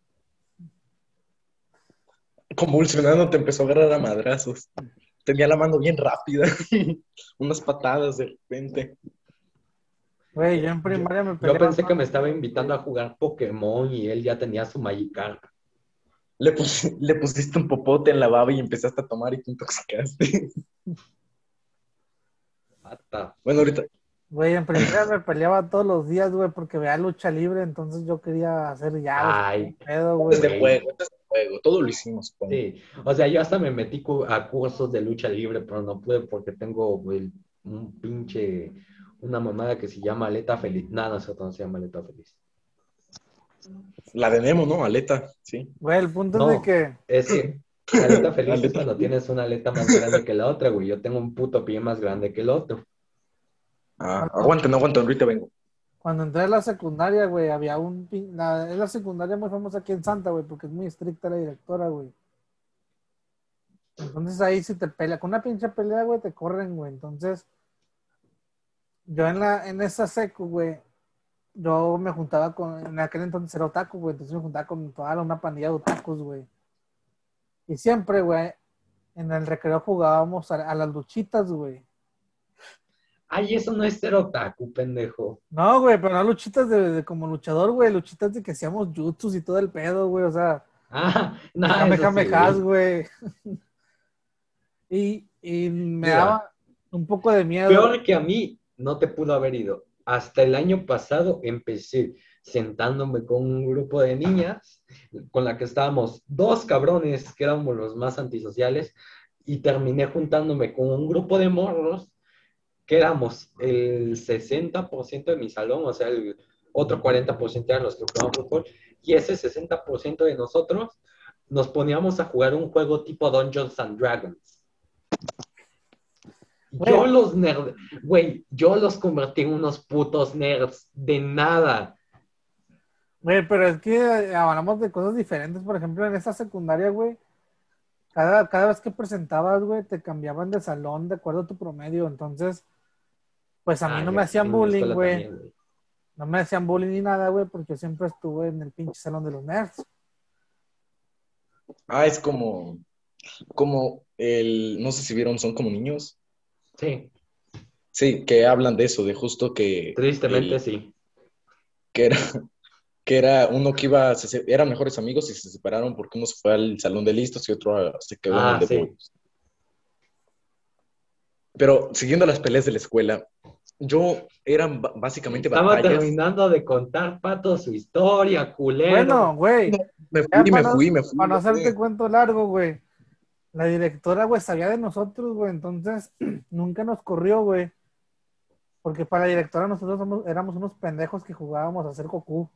Convulsionando te empezó a agarrar a madrazos. Tenía la mano bien rápida. Unas patadas de repente. Güey, yo en Yo, primaria me yo peleaba pensé que más. me estaba invitando a jugar Pokémon y él ya tenía su Magikarp. Le, pus- le pusiste un popote en la baba y empezaste a tomar y te intoxicaste. Ata. Bueno, ahorita, Güey, en primera me peleaba todos los días, güey, porque veía lucha libre, entonces yo quería hacer llaves, Ay, pedo, Es de güey. güey. juego, es de juego. Todo lo hicimos, supongo. Sí, o sea, yo hasta me metí cu- a cursos de lucha libre, pero no pude porque tengo, güey, un pinche, una mamada que se llama aleta feliz. No, no, eso no se llama aleta feliz. La de Nemo, ¿no? Aleta, sí. Güey, el punto es de No, que, es que aleta feliz es Aleta. cuando tienes una aleta más grande que la otra, güey. Yo tengo un puto pie más grande que el otro. Ah, cuando, aguanten, aguanten, ahorita vengo. cuando entré a la secundaria, güey, había un, pin- la, es la secundaria muy famosa aquí en Santa, güey, porque es muy estricta la directora, güey. Entonces ahí si te pelea, con una pinche pelea, güey, te corren, güey. Entonces, yo en la, en esa secu, güey, yo me juntaba con, en aquel entonces era otaku, güey, entonces me juntaba con toda una pandilla de otakus, güey. Y siempre, güey, en el recreo jugábamos a, a las luchitas, güey. Ay, eso no es ser otaku, pendejo. No, güey, pero no luchitas de, de como luchador, güey, luchitas de que hacíamos jutsus y todo el pedo, güey, o sea, Ah, no, eso sí, jamejamejas, güey. güey. Y, y me Mira, daba un poco de miedo. peor que a mí, no te pudo haber ido. Hasta el año pasado empecé sentándome con un grupo de niñas con la que estábamos dos cabrones que éramos los más antisociales y terminé juntándome con un grupo de morros que éramos el sesenta por ciento de mi salón, o sea, el otro cuarenta por ciento eran los que jugaban fútbol, y ese sesenta por ciento de nosotros nos poníamos a jugar un juego tipo Dungeons and Dragons. Yo Güey, los nerds, güey, yo los convertí en unos putos nerds de nada. güey, pero es que eh, hablamos de cosas diferentes. Por ejemplo, en esa secundaria, güey, cada, cada vez que presentabas, güey, te cambiaban de salón de acuerdo a tu promedio. Entonces, pues a mí Ah, no y me aquí hacían en mi bullying, escuela güey. también, güey. No me hacían bullying ni nada, güey, porque yo siempre estuve en el pinche salón de los nerds. Ah, es como, como el, no sé si vieron, son como niños. Sí, Sí, que hablan de eso, de justo que tristemente el, sí. que era, que era uno que iba, se se- eran mejores amigos y se separaron porque uno se fue al salón de listos y otro ah, se quedó en el Ah, de sí. bolos. Pero siguiendo las peleas de la escuela, yo eran ba- básicamente Estaba batallas. terminando de contar Pato su historia, Bueno, culero. güey, No, me ya fui, me para no, fui, me fui, para no me hacerte fui. cuento largo, güey. La directora, güey, sabía de nosotros, güey, entonces nunca nos corrió, güey. Porque para la directora nosotros somos- éramos unos pendejos que jugábamos a hacer Goku.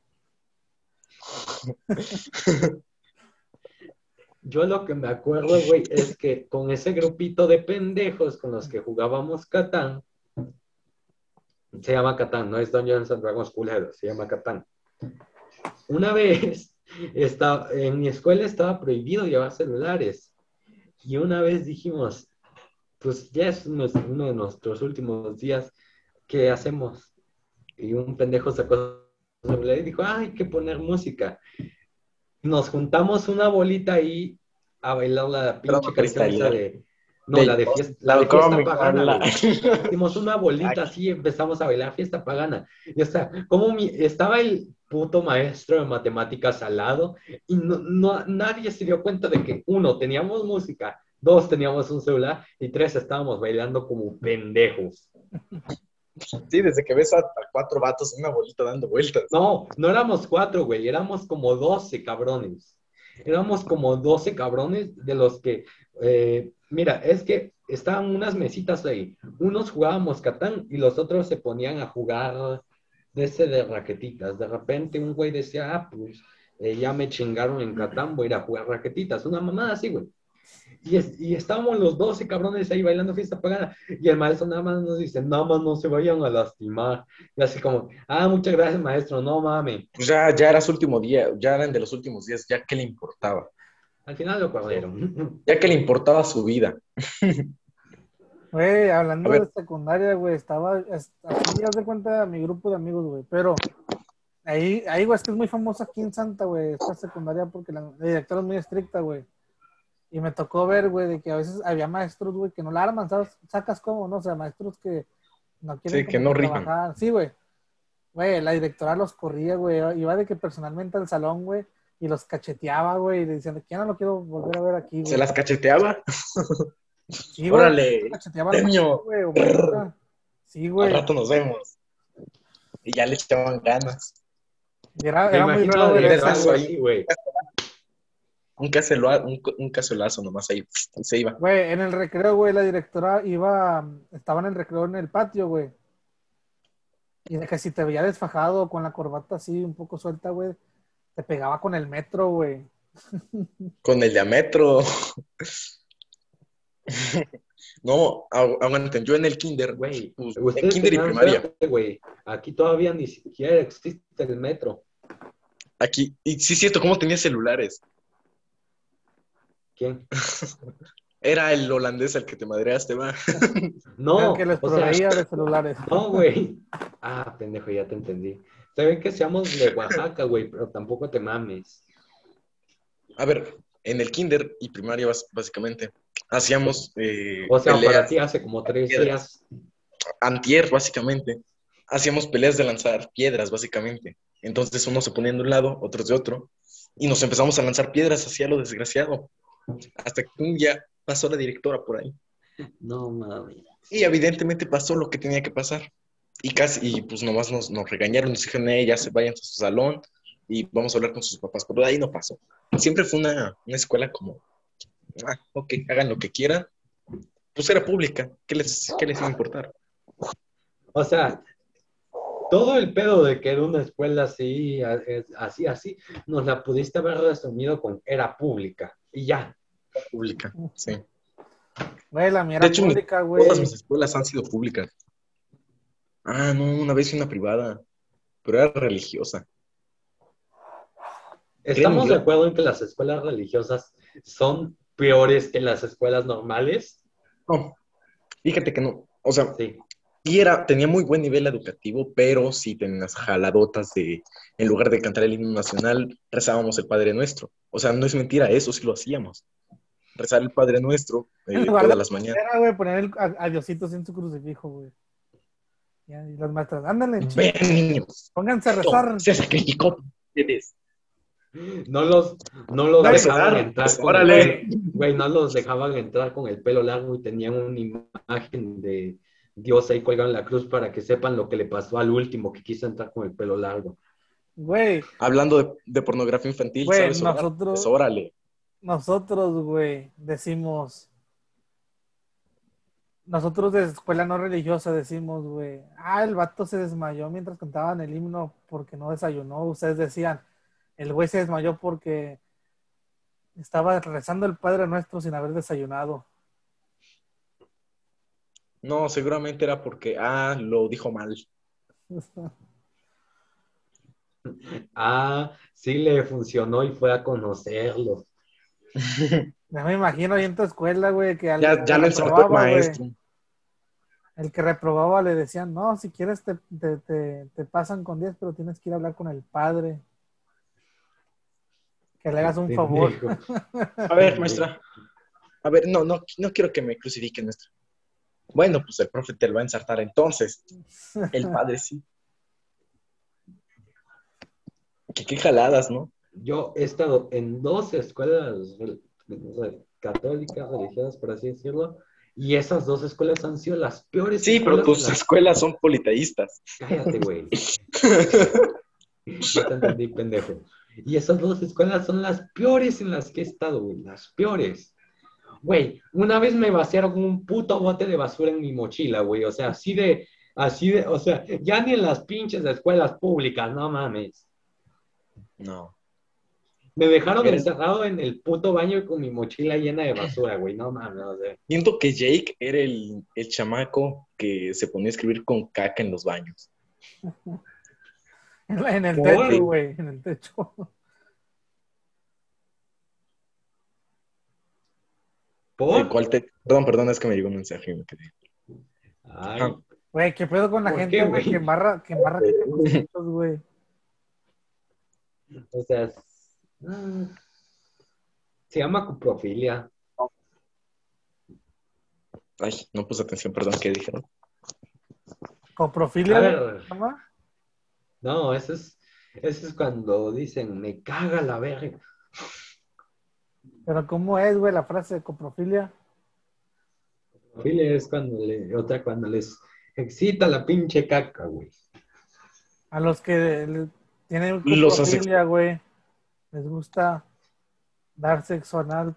Yo lo que me acuerdo, güey, es que con ese grupito de pendejos con los que jugábamos Catán, se llama Catán, no es Dungeons and Dragons culero, se llama Catán. Una vez, está, en mi escuela estaba prohibido llevar celulares. Y una vez dijimos, pues ya es uno, uno de nuestros últimos días, ¿qué hacemos? Y un pendejo sacó su celular y dijo, "Ah, hay que poner música". Nos juntamos una bolita ahí a bailar la pinche Drama canción esa Cristal. de, no, la De de yo fiesta, la de tocó fiesta mi pagana, cola. güey. Hicimos una bolita así y empezamos a bailar fiesta pagana. Y está, como mi, estaba el puto maestro de matemáticas al lado y no, no, nadie se dio cuenta de que, uno, teníamos música, dos, teníamos un celular y tres, estábamos bailando como pendejos. Sí, desde que ves a, a cuatro vatos en una bolita dando vueltas. No, no éramos cuatro, güey, éramos como doce cabrones. Éramos como doce cabrones de los que, eh, mira, es que estaban unas mesitas ahí. Unos jugábamos Catán y los otros se ponían a jugar de ese de raquetitas. De repente un güey decía, ah, pues eh, ya me chingaron en Catán, voy a ir a jugar raquetitas. Una mamada así, güey. Y, es, y estábamos los doce cabrones ahí bailando fiesta pagana. Y el maestro nada más nos dice, nada más no se vayan a lastimar. Y así como, ah, muchas gracias, maestro, no mames. Pues ya, ya era su último día, ya eran de los últimos días, ya que le importaba. Al final lo corrieron. Ya que le importaba su vida. Güey, A hablando ver, de secundaria, güey, estaba es- así, haz de cuenta, mi grupo de amigos, güey, pero ahí, ahí, güey, es que es muy famosa aquí en Santa, güey, esta secundaria porque la, la directora es muy estricta, güey. Y me tocó ver, güey, de que a veces había maestros, güey, que no la arman, ¿sabes? Sacas como, no o sea, maestros que no quieren sí, que como no que rifan. trabajar. Sí, güey. Güey, la directora los corría, güey. Iba de que personalmente al salón, güey, y los cacheteaba, güey, y le decían, que ya no lo quiero volver a ver aquí, ¿Se güey. las cacheteaba? Sí, güey, Órale, cacheteaba al maestro, premio. güey, o Brr. maestra. Sí, Al güey. rato nos vemos. Y ya le echaban ganas. Y era, Me era muy imagino raro la ver directora eso, Caso algo güey. ahí, así, güey. un cazuelazo, un, un cazuelazo nomás ahí, y se iba. Güey, en el recreo, güey, la directora iba, estaba en el recreo en el patio, güey. Y de que si te veía desfajado con la corbata así un poco suelta, güey, te pegaba con el metro, güey. Con el diámetro. No, agu- aguanten, yo en el kinder, Güey, pues, en ustedes kinder y tenían primaria, suerte, güey. Aquí todavía ni siquiera existe el metro. aquí, y sí es cierto, ¿cómo tenía celulares? ¿Quién? Era el holandés el que te madreaste, va. Era el que No, les o sea, proveía de celulares. no, güey. Ah, pendejo, ya te entendí. Se ven que seamos de Oaxaca, güey, pero tampoco te mames. A ver, en el kinder y primaria, bas- básicamente, hacíamos eh, O sea, para peleas ti hace como de tres piedras. días. Antier, básicamente, hacíamos peleas de lanzar piedras, básicamente. Entonces, unos se ponían de un lado, otros de otro, y nos empezamos a lanzar piedras hacia lo desgraciado. Hasta que un día pasó la directora por ahí. No mames. Y evidentemente pasó lo que tenía que pasar. Y casi, y pues nomás nos, nos regañaron, nos dijeron, eh, ya se vayan a su salón y vamos a hablar con sus papás. Pero de ahí no pasó. Siempre fue una, una escuela como, ah, ok, hagan lo que quieran. Pues era pública, ¿qué les, qué les iba a importar? O sea, todo el pedo de que era una escuela así, a- es- así, así, nos la pudiste haber resumido con era pública. Y ya. Pública, sí. Güey, la mía De era hecho, mi- pública, todas güey. mis escuelas han sido públicas. Ah, no, una vez una privada, pero era religiosa. ¿Creen ¿Estamos de Dios? acuerdo en que las escuelas religiosas son peores que las escuelas normales? No, fíjate que no. O sea, Sí. sí era, tenía muy buen nivel educativo, pero sí tenía unas jaladotas de, en lugar de cantar el himno nacional, rezábamos el Padre Nuestro. O sea, no es mentira, eso sí lo hacíamos. Rezar el Padre Nuestro En eh, lugar de todas las mañanas. era, güey, poner el, a, a Diosito en su crucifijo, güey. Ya, y las maestras, ándale, Ven, chicos, niños, pónganse a esto rezar. se sacrificó por ustedes. No los, no los Güey, dejaban Rezar, entrar pues, con el güey, pelo, órale. güey, no los dejaban entrar con el pelo largo y tenían una imagen de Dios ahí colgado en la cruz para que sepan lo que le pasó al último que quiso entrar con el pelo largo. güey, Hablando de, de pornografía infantil, güey, ¿sabes orar? Pues nosotros, órale. nosotros, güey, decimos, nosotros de escuela no religiosa decimos, güey, ah, el vato se desmayó mientras cantaban el himno porque no desayunó. Ustedes decían, el güey se desmayó porque estaba rezando el Padre Nuestro sin haber desayunado. No, seguramente era porque, ah, lo dijo mal. Ah, sí le funcionó y fue a conocerlo. Ya me imagino ahí en tu escuela, güey, que al Ya, que ya lo ensartó el reprobaba, güey, maestro. el que reprobaba le decían, no, si quieres te, te, te, te pasan con diez, pero tienes que ir a hablar con el padre, que le hagas un favor. Pendejo. A ver, maestra. A ver, no, no, no quiero que me crucifiquen, maestra. Bueno, pues el profe te lo va a ensartar entonces. El padre sí. Qué, qué jaladas, ¿no? Yo he estado en dos escuelas re- re- católicas, religiosas, por así decirlo, y esas dos escuelas han sido las peores Sí, pero escuelas en tus las... escuelas son politeístas. Cállate, güey. Ya te entendí, pendejo. Y esas dos escuelas son las peores en las que he estado, güey, las peores. Güey, una vez me vaciaron un puto bote de basura en mi mochila, güey, o sea, así de, así de, o sea, ya ni en las pinches escuelas públicas, no mames. No. Me dejaron Era- encerrado en el puto baño con mi mochila llena de basura, güey, no mames, o sea. Siento que Jake era el, el chamaco que se ponía a escribir con caca en los baños. En, la- en el ¿Por? techo, Sí. güey, en el techo. El ¿Por? cual te... Perdón, perdón, es que me llegó un mensaje y me quedé. Ay, Ajá. Güey, ¿qué pedo con la ¿por gente, qué, güey, que güey? embarra, que embarra caca en los techos, güey? O sea, es- ah, se llama coprofilia. Ay, no puse atención, perdón, ¿qué dijeron? Coprofilia, A güey, ver, ¿se llama? no, eso es, eso es cuando dicen, me caga la verga. Pero ¿cómo es, güey, la frase de coprofilia? Coprofilia es cuando le, otra cuando les excita la pinche caca, güey. A los que le- tienen Los coprofilia, güey, les gusta dar sexo anal.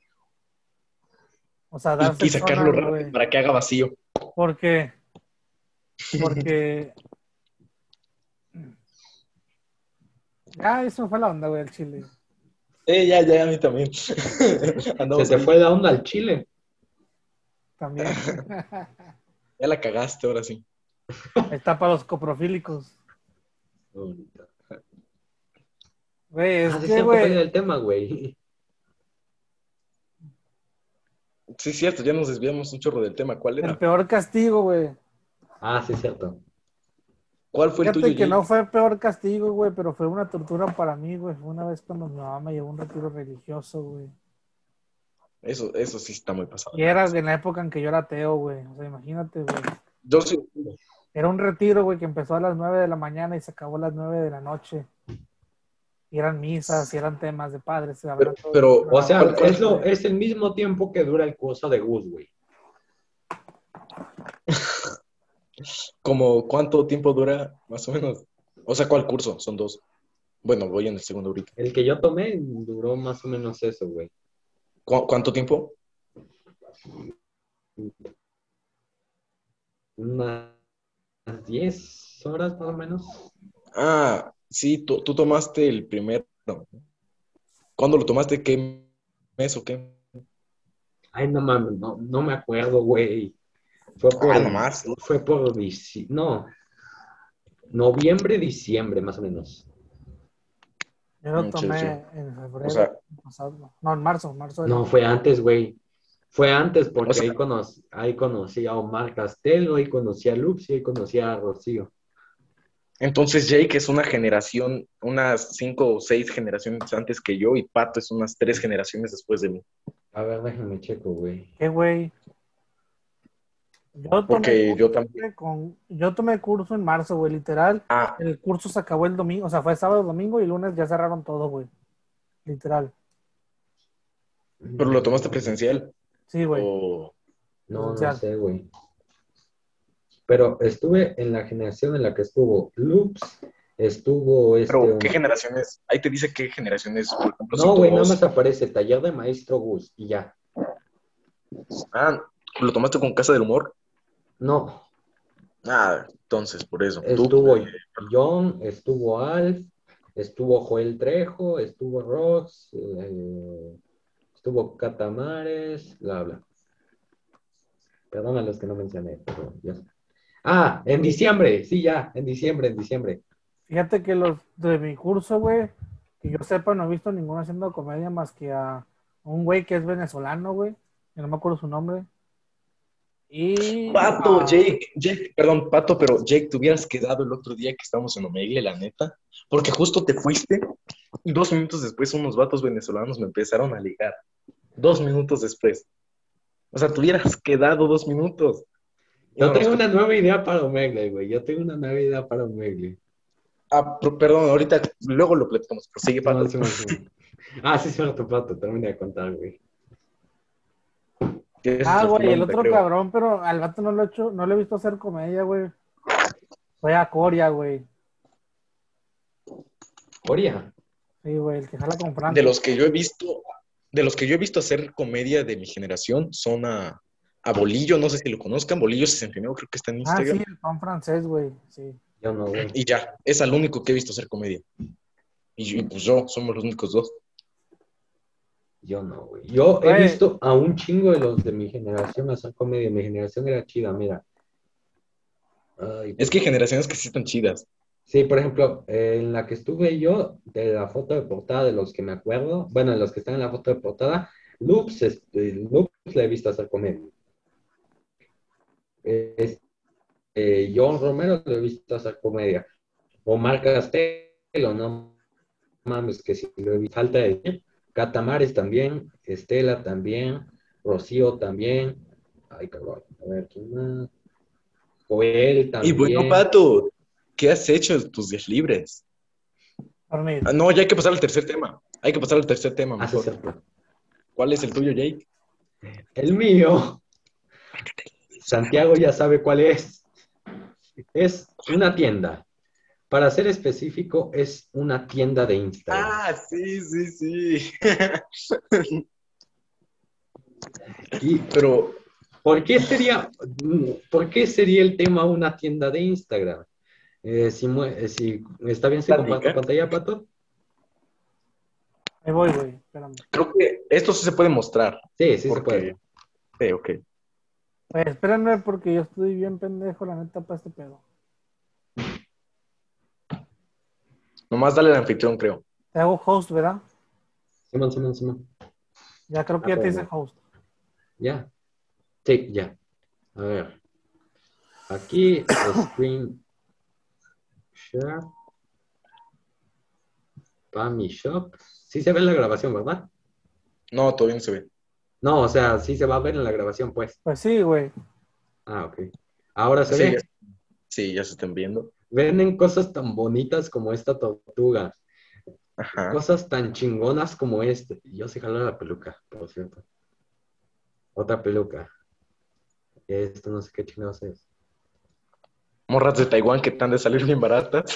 O sea, dar Y, y sexo sacarlo anal, rápido güey. para que haga vacío. ¿Por qué? Porque... Ah, eso fue la onda, güey, el chile. Eh, ya, ya, a mí también. Se Andamos te ahí. fue la onda al chile. También. Ya la cagaste ahora sí. Está para los coprofílicos. Bonito. Güey, es Ah, sí, que, cierto, ¿cuál era güey, el tema, güey? Sí, cierto, ya nos desviamos un chorro del tema. ¿Cuál el era? peor castigo, güey. Ah, sí, cierto. ¿Cuál fue el tuyo, Fíjate que Jake? no fue peor castigo, güey, pero fue una tortura para mí, güey. Fue una vez cuando mi mamá me llevó a un retiro religioso, güey. Eso, eso sí está muy pasado. Y era en la época en que yo era ateo, güey. O sea, imagínate, güey. Yo sí. Era un retiro, güey, que empezó a las nueve de la mañana y se acabó a las nueve de la noche. Y eran misas, y eran temas de padres. Se Pero, hablan todo- pero, O sea, ¿cuál- cuál es, lo, fue? es el mismo tiempo que dura el curso de Gus, güey. como cuánto tiempo dura, más o menos. O sea, ¿cuál curso? Son dos. Bueno, voy en el segundo ahorita. El que yo tomé duró más o menos eso, güey. ¿Cu- ¿Cuánto tiempo? Unas diez horas más o menos. Ah, sí, tú, tú tomaste el primero. ¿Cuándo lo tomaste? ¿Qué mes o qué? Ay, no mames, no, no me acuerdo, güey. Fue por, Ah, nomás. fue por, dici- no, noviembre, diciembre, más o menos. Yo lo Mm, chido, tomé chido. en febrero O sea, pasado. No, en marzo, marzo del No, año. fue antes, güey. Fue antes o porque sea, ahí, conocí, ahí conocí a Omar Castelo, ahí conocí a Lux y ahí conocí a Rocío. entonces Jake es una generación, unas cinco o seis generaciones antes que yo y Pato es unas tres generaciones después de mí. A ver, déjame checo, güey. ¿Qué, güey? Yo tomé Porque curso, yo también. güey, con, yo tomé curso en marzo, güey, literal. Ah, El curso se acabó el domingo, o sea, fue sábado, domingo y lunes ya cerraron todo, güey. Literal. pero lo tomaste presencial. Sí, güey. O... No, no presencial. sé, güey. Pero estuve en la generación en la que estuvo Lux, estuvo este... Pero, ¿qué generaciones? Ahí te dice qué generaciones, por ejemplo, si No, güey, nada todos. más aparece taller de maestro Gus y ya. Ah, ¿lo tomaste con Casa del Humor? No, Ah, entonces, por eso. Tú, estuvo eh, John, estuvo Alf, estuvo Joel Trejo, estuvo Rox, eh, estuvo Catamares, bla, bla. Perdón a los que no mencioné, pero ya. Ah, en diciembre, sí, ya, en diciembre, en diciembre. Fíjate que los de mi curso, güey, que yo sepa, no he visto ninguno haciendo comedia más que a un güey que es venezolano, güey, que no me acuerdo su nombre. Y Pato, ah, Jake, Jake, perdón, Pato, pero Jake, te hubieras quedado el otro día que estábamos en Omegle, la neta, porque justo te fuiste y dos minutos después unos vatos venezolanos me empezaron a ligar. Dos minutos después. O sea, te hubieras quedado dos minutos. Y Yo no nos tengo una contó. nueva idea para Omegle, güey. Yo tengo una nueva idea para Omegle. Ah, pero- perdón, ahorita, luego lo platicamos, pero sigue, Pato. Simón, Simón, Simón. Ah, sí, cierto, Pato, terminé de contar, güey. Que esa es ah, la güey, el segunda, otro creo. cabrón, pero al vato no lo he hecho, no lo he visto hacer comedia, güey. Fue a Coria, güey. Coria. Sí, güey, el que jala con De Franco. los que yo he visto, de los que yo he visto hacer comedia de mi generación son a, a Bolillo, no sé si lo conozcan, Bolillo sesenta y nueve, creo que está en Ah, Instagram. sí, el pan francés, güey, sí. Yo no, güey. Y ya, es al único que he visto hacer comedia. Y, yo- y pues yo, somos los únicos dos. Yo no, güey. Yo he Güey. visto a un chingo de los de mi generación hacer comedia. Mi generación era chida, mira. Ay, Es que hay generaciones que sí están chidas. sí, por ejemplo, eh, en la que estuve yo, de la foto de portada de los que me acuerdo, bueno, de los que están en la foto de portada, Lux, este, Lux la he visto hacer comedia. Eh, es- eh, John Romero lo he visto hacer comedia. Omar Castelo, no mames, que si lo he visto. Falta de decir. Catamares también, Estela también, Rocío también. Ay, cabrón, a ver, ¿quién más? Joel Y también. bueno, Pato, ¿qué has hecho en tus días libres? Dormir. Ah, no, ya hay que pasar al tercer tema. Hay que pasar al tercer tema, Ah, sí, mejor. cierto. ¿Cuál es el tuyo, Jake? El mío. Santiago ya sabe cuál es. Es una tienda. Para ser específico, es una tienda de Instagram. Ah, sí, sí, sí. Y, Pero, ¿por qué sería, ¿por qué sería el tema una tienda de Instagram? Eh, si, mue- eh, si- ¿Está bien si comparto platica. pantalla, Pato? Ahí voy, güey. Espérame. Creo que esto sí se puede mostrar. Sí, sí se puede. Porque, sí, ok. Pues, espérenme porque yo estoy bien pendejo, la neta, para este pedo. Nomás dale al anfitrión, creo. Te hago host, ¿verdad? Simón, Simón, Simón. Ya creo que Ah, ya te hice pero host. ya. Sí, ya. A ver. Aquí, screen share. Para mi shop. Sí se ve en la grabación, ¿verdad? No, todavía no se ve. No, o sea, sí se va a ver en la grabación, pues. Pues sí, güey. Ah, ok. Ahora se Sí, ya, ve. sí, ya se están viendo. Venden cosas tan bonitas como esta tortuga. Ajá. Cosas tan chingonas como este. Yo sí jalo la peluca, por cierto. Otra peluca. Esto no sé qué chingados es. Morras de Taiwán que están de salir bien baratas.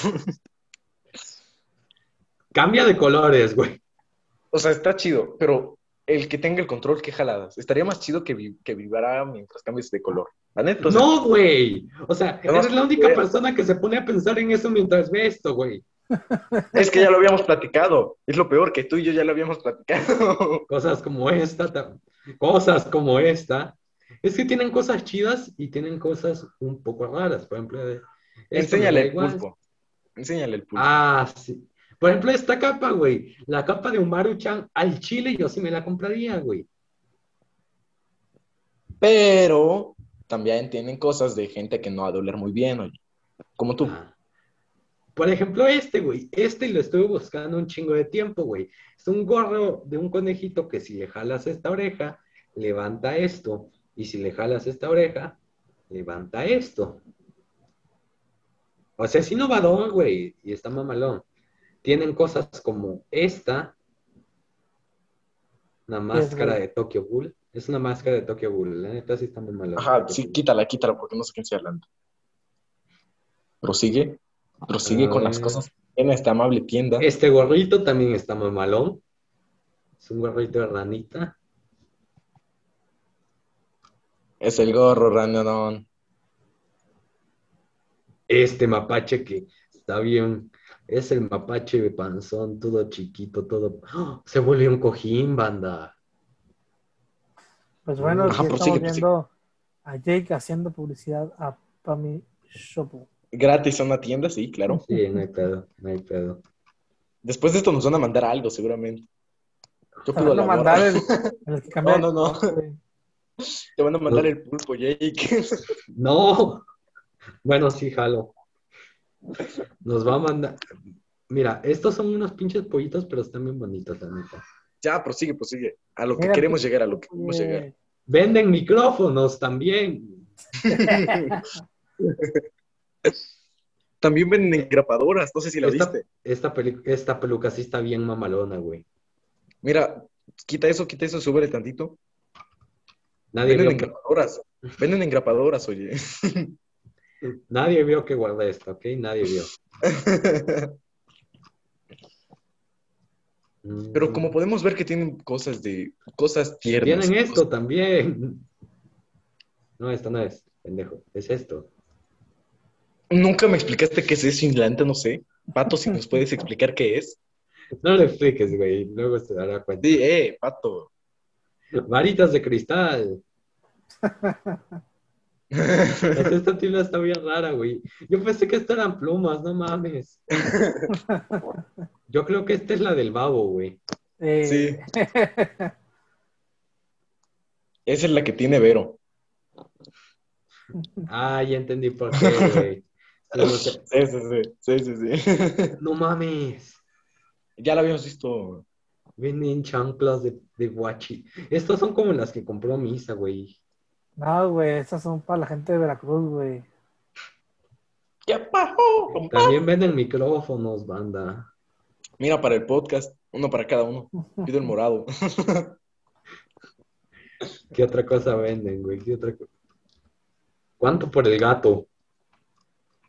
Cambia de colores, güey. O sea, está chido, pero el que tenga el control, qué jaladas. Estaría más chido que, vi- que vibrara mientras cambies de color. La neta, o sea, No, güey. O sea, además, eres la única persona que se pone a pensar en eso mientras ve esto, güey. es que ya lo habíamos platicado. Es lo peor, que tú y yo ya lo habíamos platicado. Cosas como esta, ta- cosas como esta. Es que tienen cosas chidas y tienen cosas un poco raras. Por ejemplo, de- esto me Enséñale da el igual. pulpo. Enséñale el pulpo. Ah, sí. Por ejemplo, esta capa, güey. La capa de Umaru-chan al chile yo sí me la compraría, güey. Pero también tienen cosas de gente que no va a doler muy bien, oye. Como tú. Ah. Por ejemplo, este, güey. Este lo estuve buscando un chingo de tiempo, güey. Es un gorro de un conejito que si le jalas esta oreja, levanta esto. Y si le jalas esta oreja, levanta esto. O sea, es innovador, güey. Y está mamalón. Tienen cosas como esta, una ¿Qué es, máscara güey? de Tokyo Ghoul. Es una máscara de Tokyo Ghoul. La neta sí está muy malona. Ajá, sí, quítala, quítala, porque no sé quién sea hablando. Prosigue. Prosigue A con las ver. cosas en esta amable tienda. Este gorrito también está mamalón. Es un gorrito de ranita. Es el gorro, Ranadón. Este mapache que está bien. Es el mapache de panzón, todo chiquito, todo. ¡Oh! Se volvió un cojín, banda. Pues bueno, Uh, aquí Ajá, estamos prosigue, prosigue. viendo a Jake haciendo publicidad a Pami Shop. Gratis a una tienda, sí, claro. sí, no hay pedo, no hay pedo. Después de esto nos van a mandar algo, seguramente. Yo Te pido van a la gorra. mandar el, el que cambia No, de no, no. color, güey. Te van a mandar No, el pulpo, Jake. no. Bueno, sí, jalo. Nos va a mandar. Mira, estos son unos pinches pollitos, pero están bien bonitos, la neta. Ya, prosigue, prosigue. A lo que Mira el queremos pinche llegar, a lo que queremos llegar. güey. Venden micrófonos también. También venden engrapadoras, no sé si la Esta, viste. esta, peli- esta peluca sí está bien mamalona, güey. Mira, quita eso, quita eso, súbele tantito. Nadie Venden vio que, engrapadoras. Venden engrapadoras, oye. nadie vio que guardé esto, ¿ok? Nadie vio. Pero como Mm, podemos ver que tienen cosas de cosas tiernas. Tienen esto también. No, esto no es, pendejo. Es esto. Nunca me explicaste qué es eso, Inlanta, no sé. Pato, si nos puedes explicar qué es. No le expliques, güey. Luego se dará cuenta. Sí, eh, Pato. Varitas de cristal. O sea, esta tibia está bien rara, güey. Yo pensé que estas eran plumas, no mames. Yo creo que esta es la del babo, güey. Eh, Sí, esa es la que tiene Vero. Ah, ya entendí por qué, güey. Sí, no Sí, sé. sí, sí, sí, sí, sí. No mames. Ya la habíamos visto. Venden chanclas de, de guachi. Estas son como las que compró Misa, güey. no, güey, esas son para la gente de Veracruz, güey. ¡Ya bajó, compa! También venden micrófonos, banda. Mira, para el podcast, uno para cada uno. Pido el morado. ¿Qué otra cosa venden, güey? ¿Qué otra co- ¿Cuánto por el gato?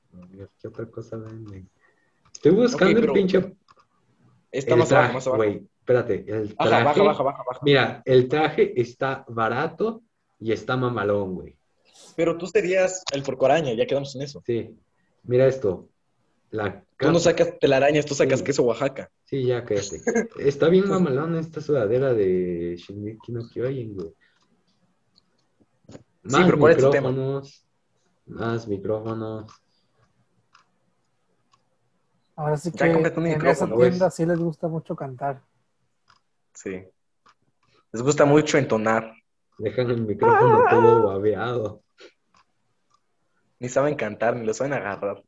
A ver, ¿qué otra cosa venden? Estoy buscando Ok, el pero pinche... está El más abajo, traje, más abajo. güey. Espérate, el Baja, baja, traje... baja, baja, baja. Mira, el traje está barato y está mamalón, güey. Pero tú serías el porcoaraña, ya quedamos en eso. Sí. Mira esto. La Tú no capa. sacas telarañas, tú sacas Sí, queso Oaxaca. sí, ya cállate. Está bien mamalón esta sudadera de Shingeki no Kyojin, güey. Sí, Más pero ¿cuál es tu tema? micrófonos, más micrófonos. Ahora sí Ya que cómprate un en esa micrófono, tienda pues. sí les gusta mucho cantar. Sí. Les gusta mucho entonar. Dejan el micrófono todo babeado. Ni saben cantar, ni lo saben agarrar.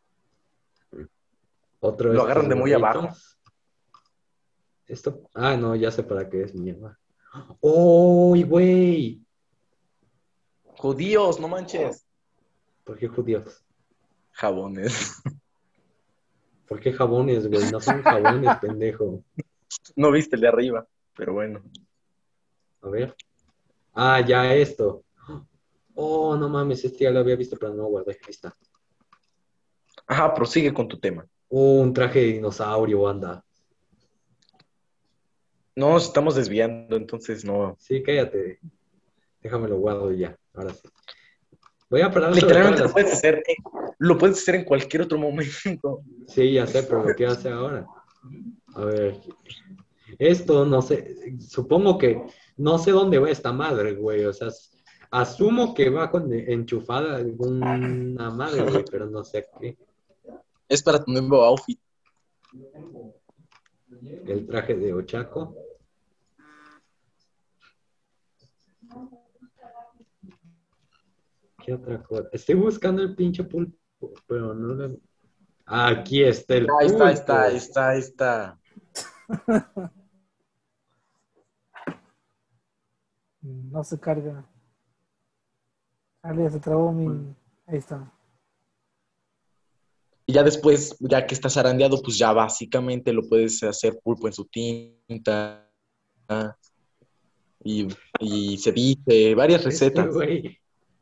Otro de Lo estos agarran de muy abajo. gorritos. Esto, ah, no, ya sé para qué es mierda. ¡Oh, güey! Judíos, no manches. ¿Por qué judíos? Jabones. ¿Por qué jabones, güey? No son jabones, pendejo. No viste el de arriba, pero bueno. A ver. Ah, ya esto. Oh, no mames, este ya lo había visto, pero no lo guardé. Ahí está. Ajá, prosigue con tu tema. Oh, un traje de dinosaurio, anda. No nos estamos desviando, entonces no. Sí, cállate. Déjame lo guardo ya. Ahora sí. Voy a parar sobre todas Literalmente lo las. puedes hacer, eh, lo puedes hacer en cualquier otro momento. Sí, ya sé, pero lo quiero hacer ahora. A ver. Esto no sé. Supongo que no sé dónde va esta madre, güey. O sea, asumo que va con enchufada alguna madre, güey, pero no sé a qué. Es para tu nuevo outfit. El traje de Ochako. ¿Qué otra cosa? Estoy buscando el pinche pulpo, pero no lo... Aquí está el Ahí está, ahí está, pulpo. ahí está, ahí está. No se carga. Dale, se trabó mi. Ahí está. Y ya después, ya que está zarandeado, pues ya básicamente lo puedes hacer pulpo en su tinta y, y ceviche, varias Este recetas. güey.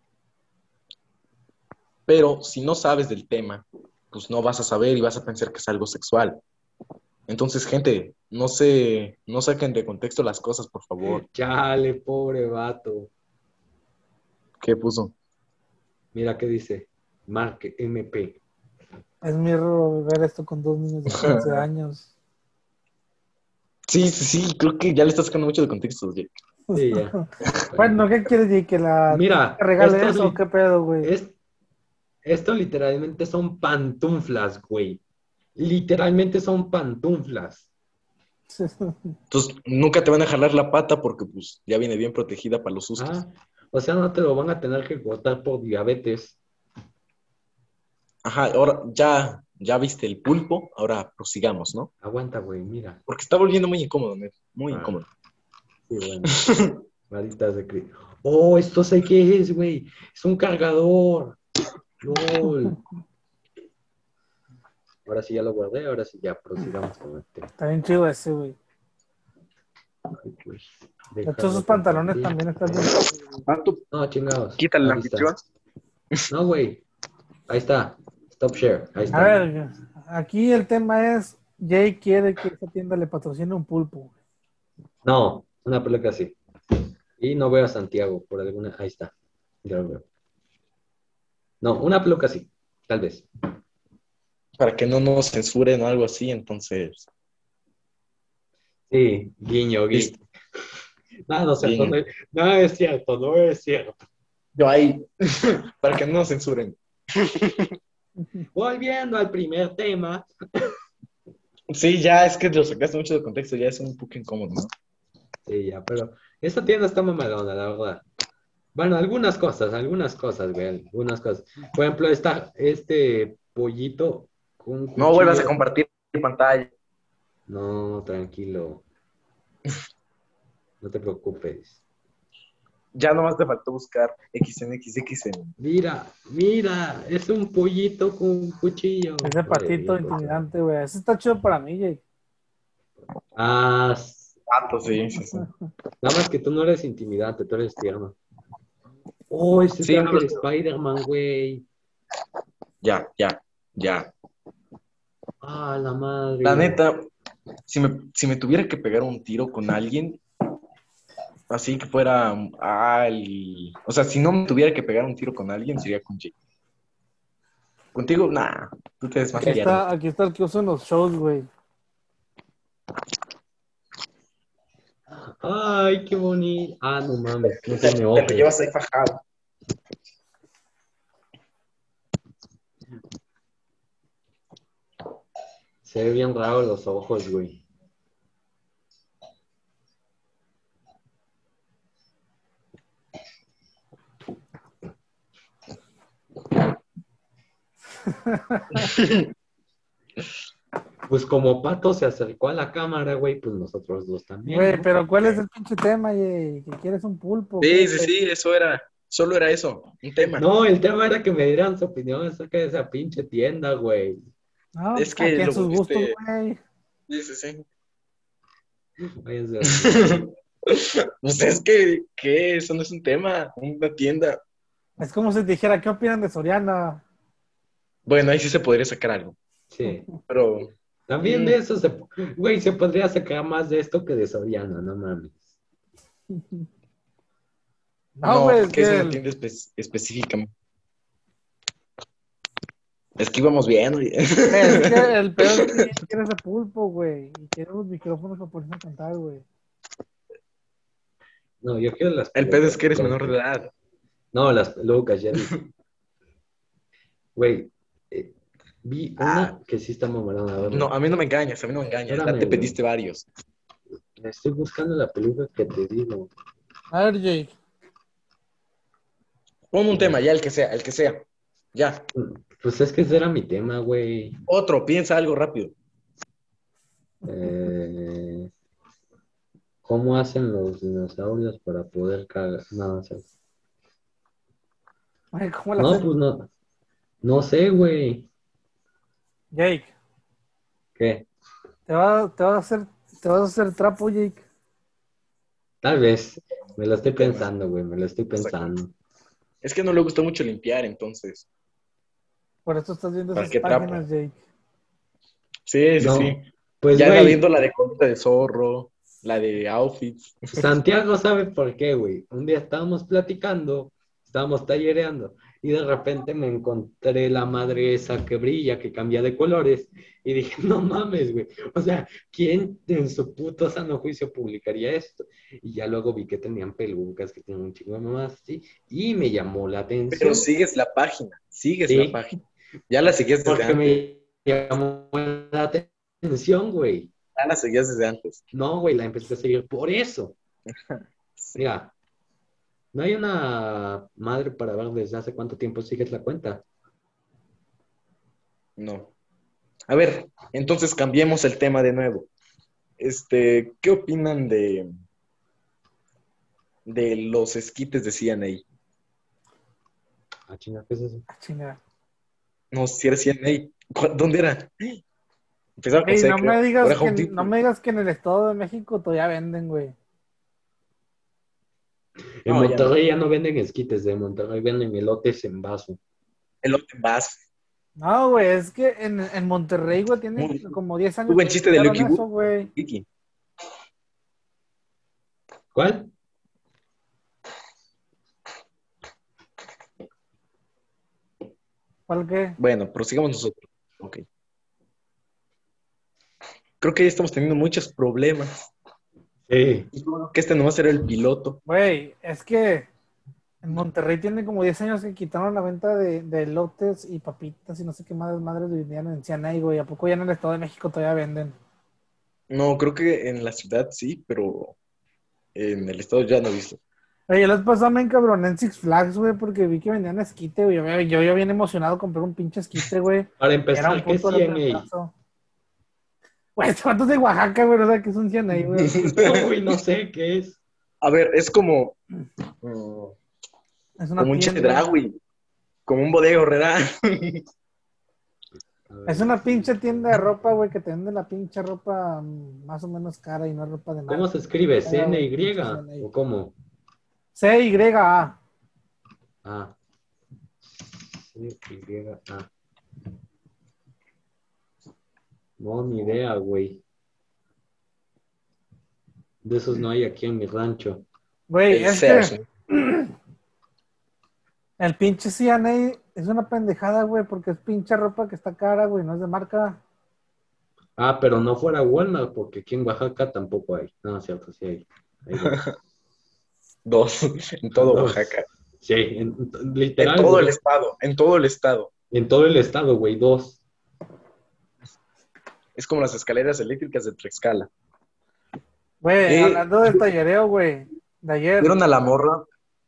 Pero si no sabes del tema, pues no vas a saber y vas a pensar que es algo sexual. Entonces, gente, no se, no saquen de contexto las cosas, por favor. Chale, pobre vato. ¿Qué puso? Mira qué dice. Mark M P. Es muy raro ver esto con dos niños de quince años. Sí, sí, sí, creo que ya le estás sacando mucho de contexto, Jake. Sí, ya. Bueno, ¿qué quieres decir? ¿Que la Mira, que regale estos eso o li- qué pedo, güey? es, esto literalmente son pantuflas, güey. Literalmente son pantuflas. Entonces, nunca te van a jalar la pata porque pues ya viene bien protegida para los sustos. Ah, o sea, no te lo van a tener que cortar por diabetes. Ajá, ahora ya, ya viste el pulpo, ahora prosigamos, ¿no? Aguanta, güey, mira. Porque está volviendo muy incómodo, Ned, muy Ah, incómodo. sí, bueno. Malditas de Cri- Oh, esto sé qué es, güey. Es un cargador. LOL. Ahora sí ya lo guardé, ahora sí ya prosigamos con el tema. Está bien chido ese, güey. Ay, pues, De hecho, dejarlo esos pantalones compartir. también están bien chidos, güey. Ah, tú No, chingados. quítale el Ahí está. anfitrión. No, güey. Ahí está. Stop share. Ahí A está. ver, aquí el tema es, Jay quiere que esta tienda le patrocine un pulpo, güey. No, una película así. Y no veo a Santiago por alguna. Ahí está. Ya lo veo. No, una peluca así. Tal vez. Para que no nos censuren o algo así, entonces. Sí, guiño, guiño. Listo. No, no es cierto. Guiño. No, no es cierto, no es cierto. Yo ahí, para que no nos censuren. Volviendo al primer tema. Sí, ya es que lo sacaste mucho de contexto, ya es un poco incómodo, ¿no? Sí, ya, pero esta tienda está mamalona, la verdad. Bueno, algunas cosas, algunas cosas, güey, algunas cosas. Por ejemplo, esta, este pollito con un No vuelvas a cuchillo. compartir pantalla. No, tranquilo. No te preocupes. Ya nomás te faltó buscar X N X X N. Mira, mira, es un pollito con un cuchillo. Ese patito Güey, intimidante, güey. Ese está chido para mí, Jay. ah, Pato, sí, sí, sí. nada más que tú no eres intimidante, tú eres tierno. Oh, ese Sí, no traje lo de sé. Spider-Man, güey. ya, ya, ya. Ah, la madre. La neta, si me, si me tuviera que pegar un tiro con alguien, así que fuera, ay, o sea, si no me tuviera que pegar un tiro con alguien, sería con Jake. Contigo, nah, tú te ves más Aquí ¿Qué? tierno. está, aquí está el que usa en los shows, güey. Ay, qué bonito. Ah, no mames, no Ya, tiene ya te ojos. llevas ahí fajado. Se ve bien raro los ojos, güey. Pues como Pato se acercó a la cámara, güey, pues nosotros dos también, Güey, ¿no? pero ¿cuál es el pinche tema, güey? ¿Que quieres un pulpo? ¿Qué, Sí, sí, güey? sí, eso era, solo era eso, un tema. No, el tema era que me dieran su opinión acerca de esa pinche tienda, güey. No, Es aquí que en lo sus gustos, volviste, güey. sí, sí, sí. Váyanse a la chingada. Pues es que, ¿qué? Eso no es un tema, una tienda. Es como si te dijera, ¿qué opinan de Soriana? Bueno, ahí sí se podría sacar algo, Sí. pero También mm, de eso se... Güey, se podría sacar más de esto que de Soriana, no mames. No, no, güey, es porque es que una el, tienda espe- específica. Es que íbamos bien, oye. güey, es que el pedo es que ella quiere ese pulpo, güey. Y quiere los micrófonos para ponerse a cantar, güey. No, yo quiero las El pedo pelucas. es que eres menor de Loco. edad. No, las pelucas, ya dije. Güey, eh, vi Ah, una que sí está mamalona. A ver, no, a mí no me engañas, a mí no me engañas. Ya espérame, te güey. pediste varios. Estoy buscando la peluca que te digo. A ver, Jake. Pon un tema, Eh, ya el que sea, el que sea. Ya. Pues es que ese era mi tema, güey. Otro, piensa algo rápido. Eh, ¿Cómo hacen los dinosaurios para poder cagar? No, o sea, Güey, ¿cómo la no, haces? pues no, no sé, güey. Jake, ¿Qué? te va, te vas a hacer, te vas a hacer trapo, Jake. Tal vez. Me lo estoy Un tema. pensando, güey. Me lo estoy Exacto. pensando. Es que no le gusta mucho limpiar, entonces. Por eso estás viendo ¿Para esas qué trapo? páginas, Jake. Sí, sí, sí. No, pues, Ya anda güey, viendo la de comida de zorro, la de outfits. Santiago sabe por qué, güey. Un día estábamos platicando, estábamos tallereando, y de repente me encontré la madre esa que brilla, que cambia de colores, y dije, no mames, güey. O sea, ¿quién en su puto sano juicio publicaría esto? Y ya luego vi que tenían pelucas, que tenían un chingo de mamás así, y me llamó la Pero atención, sigues la página, sigues la sí, página. Ya la seguías desde porque antes. me llamó la atención, güey. Ya la seguías desde antes. No, güey, la empecé a seguir por eso. Sí. Mira, no hay una madre para ver desde hace cuánto tiempo sigues la cuenta. No. A ver, entonces cambiemos el tema de nuevo. Este, ¿qué opinan de, de los esquites de C N A? Ah, chinga, ¿qué es eso? Ah, chingada. No, si era C N A. ¿Cu- ¿Dónde era? Empezaba con Ey, C, no me creo. O digas era que, Home no Depot. me digas que en el Estado de México todavía venden, güey. En No, ya no. Monterrey ya no venden esquites, de Monterrey venden elotes en vaso. Elote en vaso. No, güey, es que en, en Monterrey, güey, tiene Muy, como diez muy años buen que chiste de quitaron Lucky eso, Wood. güey. Vicky. ¿Cuál? ¿Cuál qué? Bueno, prosigamos nosotros. Ok. Creo que ya estamos teniendo muchos problemas. Sí. Y creo que este nomás era el piloto. Güey, es que en Monterrey tiene como diez años que quitaron la venta de, de elotes y papitas y no sé qué más madres vendían en Cianay, güey. ¿A poco ya en el Estado de México todavía venden? No, creo que en la ciudad sí, pero en el estado ya no he visto. Oye, yo les pasaba me encabroné en Six Flags, güey, porque vi que vendían esquite, güey. Yo, yo, yo bien emocionado compré un pinche esquite, güey. Para Y era un empezar, ¿qué es puto elote de C N A? paso. Güey, este vato es de Oaxaca, güey, o sea, que es un Cianay, güey. No, güey, no sé qué es. A ver, es como, mm, Es una como un tienda. chedraui, como un bodega horrera. A ver, Es una pinche tienda de ropa, güey, que te vende la pinche ropa mm, más o menos cara y no ropa de ¿cómo marca. se escribe? Era, güey, ¿C N Y? pinche Cianay. ¿O cómo? C Y A. Ah. C Y A. No, ni idea, güey. De esos no hay aquí en mi rancho. Güey, El es Sears. que el pinche C N A es una pendejada, güey, porque es pinche ropa que está cara, güey, no es de marca. Ah, pero no fuera Walmart, porque aquí en Oaxaca tampoco hay. No, es cierto, sí hay. Hay dos. Dos, en todo Dos. Oaxaca. Sí, en- En literal, todo el güey. estado, en todo el estado. En todo el estado, güey, dos. Es como las escaleras eléctricas de Tlaxcala. Güey, Eh, hablando del tallereo, güey, de ayer, ¿Vieron a la morra?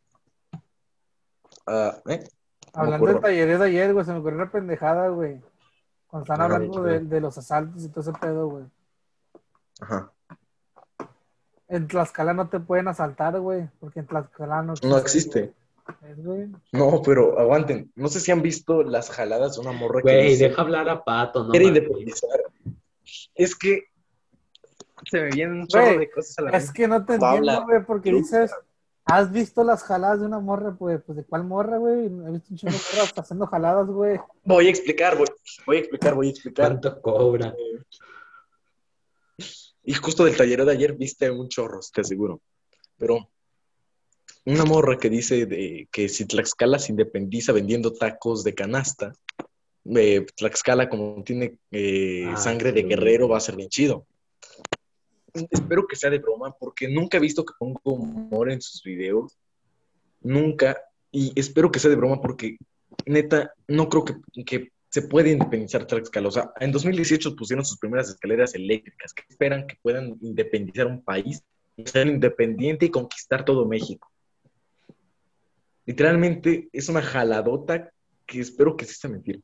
Ah, ¿eh? No me hablando del acuerdo. tallereo de ayer, güey, se me ocurrió una pendejada, güey. Cuando están Ajá, hablando de, de los asaltos y todo ese pedo, güey. ajá. En Tlaxcala no te pueden asaltar, güey, porque en Tlaxcala no No existe, güey. existe. Es, güey. No, pero aguanten. No sé si han visto las jaladas de una morra que Güey, dice, deja hablar a Pato, no quiere mames. independizar. Es que se me vienen un chorro Güey, de cosas a la es mente. que no te Va a entiendo, hablar. güey, porque dices, ¿has visto las jaladas de una morra? Pues, pues ¿de cuál morra, güey? He visto un chingo de morras haciendo jaladas, güey. Voy a explicar, voy, voy a explicar, voy a explicar. ¿Cuánto cobra? Y justo del taller de ayer viste un chorro, te aseguro. Pero una morra que dice de que si Tlaxcala se independiza vendiendo tacos de canasta, eh, Tlaxcala como tiene eh, Ah, sangre sí de lo guerrero vi. va a ser bien chido. Espero que sea de broma porque nunca he visto que ponga humor en sus videos. Nunca. Y espero que sea de broma porque neta, no creo que, que se puede independizar Tlaxcala. O sea, en dos mil dieciocho pusieron sus primeras escaleras eléctricas que esperan que puedan independizar un país, ser independiente y conquistar todo México. Literalmente es una jaladota que espero que sí sea mentira.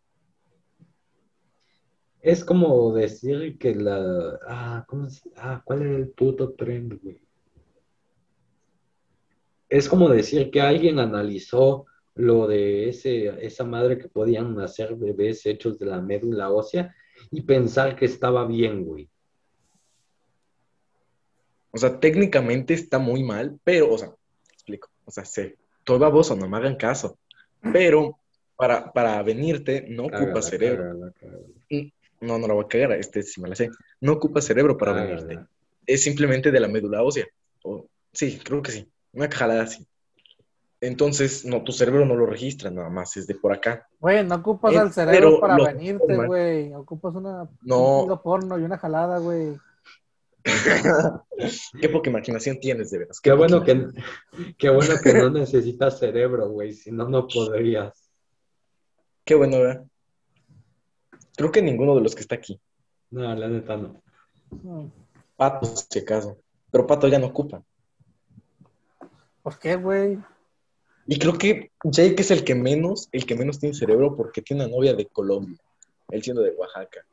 Es como decir que la... Ah, ¿cómo se... Ah, ¿cuál era el puto trend, güey? Es como decir que alguien analizó lo de ese, esa madre que podían nacer bebés hechos de la médula ósea y pensar que estaba bien, güey. O sea, técnicamente está muy mal, pero, o sea, explico. O sea, sé, estoy baboso, no me hagan caso. Pero para, para venirte no ocupa Cágala, cerebro. cágala, cágala. No, no la voy a cagar, este sí me la sé. No ocupa cerebro para venirte. Cágala. Es simplemente de la médula ósea. O, sí, creo que sí. Una jalada así. Entonces, no, tu cerebro no lo registra, nada más es de por acá. Güey, no ocupas Eh, al cerebro pero para lo venirte, transforman. güey. Ocupas una un No. hilo porno y una jalada, güey. Qué poca imaginación tienes, de veras. Qué Qué bueno poquita. que, qué bueno que no necesitas cerebro, güey, si no, no podrías. Qué bueno, ¿verdad? Creo que ninguno de los que está aquí. No, la neta no. Mm. Pato, si acaso. Pero Pato ya no ocupa. ¿Por qué, güey? Y creo que Jake es el que menos, el que menos tiene cerebro porque tiene una novia de Colombia. Él siendo de Oaxaca.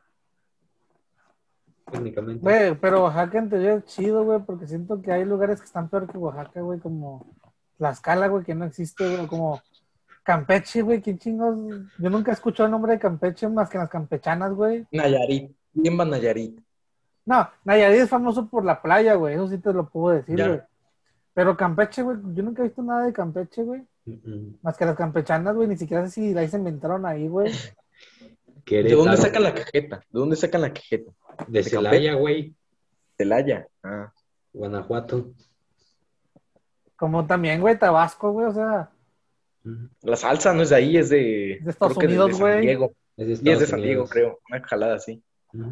Técnicamente. Güey, pero Oaxaca en teoría es chido, güey, porque siento que hay lugares que están peor que Oaxaca, güey, como Tlaxcala, güey, que no existe, güey, como Campeche, güey, qué chingos. Yo nunca he escuchado el nombre de Campeche más que en las campechanas, güey. Nayarit. ¿Quién va a Nayarit? No, Nayarit es famoso por la playa, güey, eso sí te lo puedo decir, güey. Ya. Pero Campeche, güey, yo nunca he visto nada de Campeche, güey. Mm-mm. Más que las campechanas, güey, ni siquiera sé si la se inventaron ahí, güey. ¿De dónde Querétaro. sacan la cajeta? ¿De dónde sacan la cajeta? De ¿De Celaya, Campeche? güey. Celaya. Ah. Guanajuato. Como también, güey, Tabasco, güey, o sea, Mm. La salsa no es de ahí, es de, es de creo Estados que de, de Unidos, San güey. Diego. Es de Y es de Estados San Diego, Unidos. creo. Una jalada así. Mm.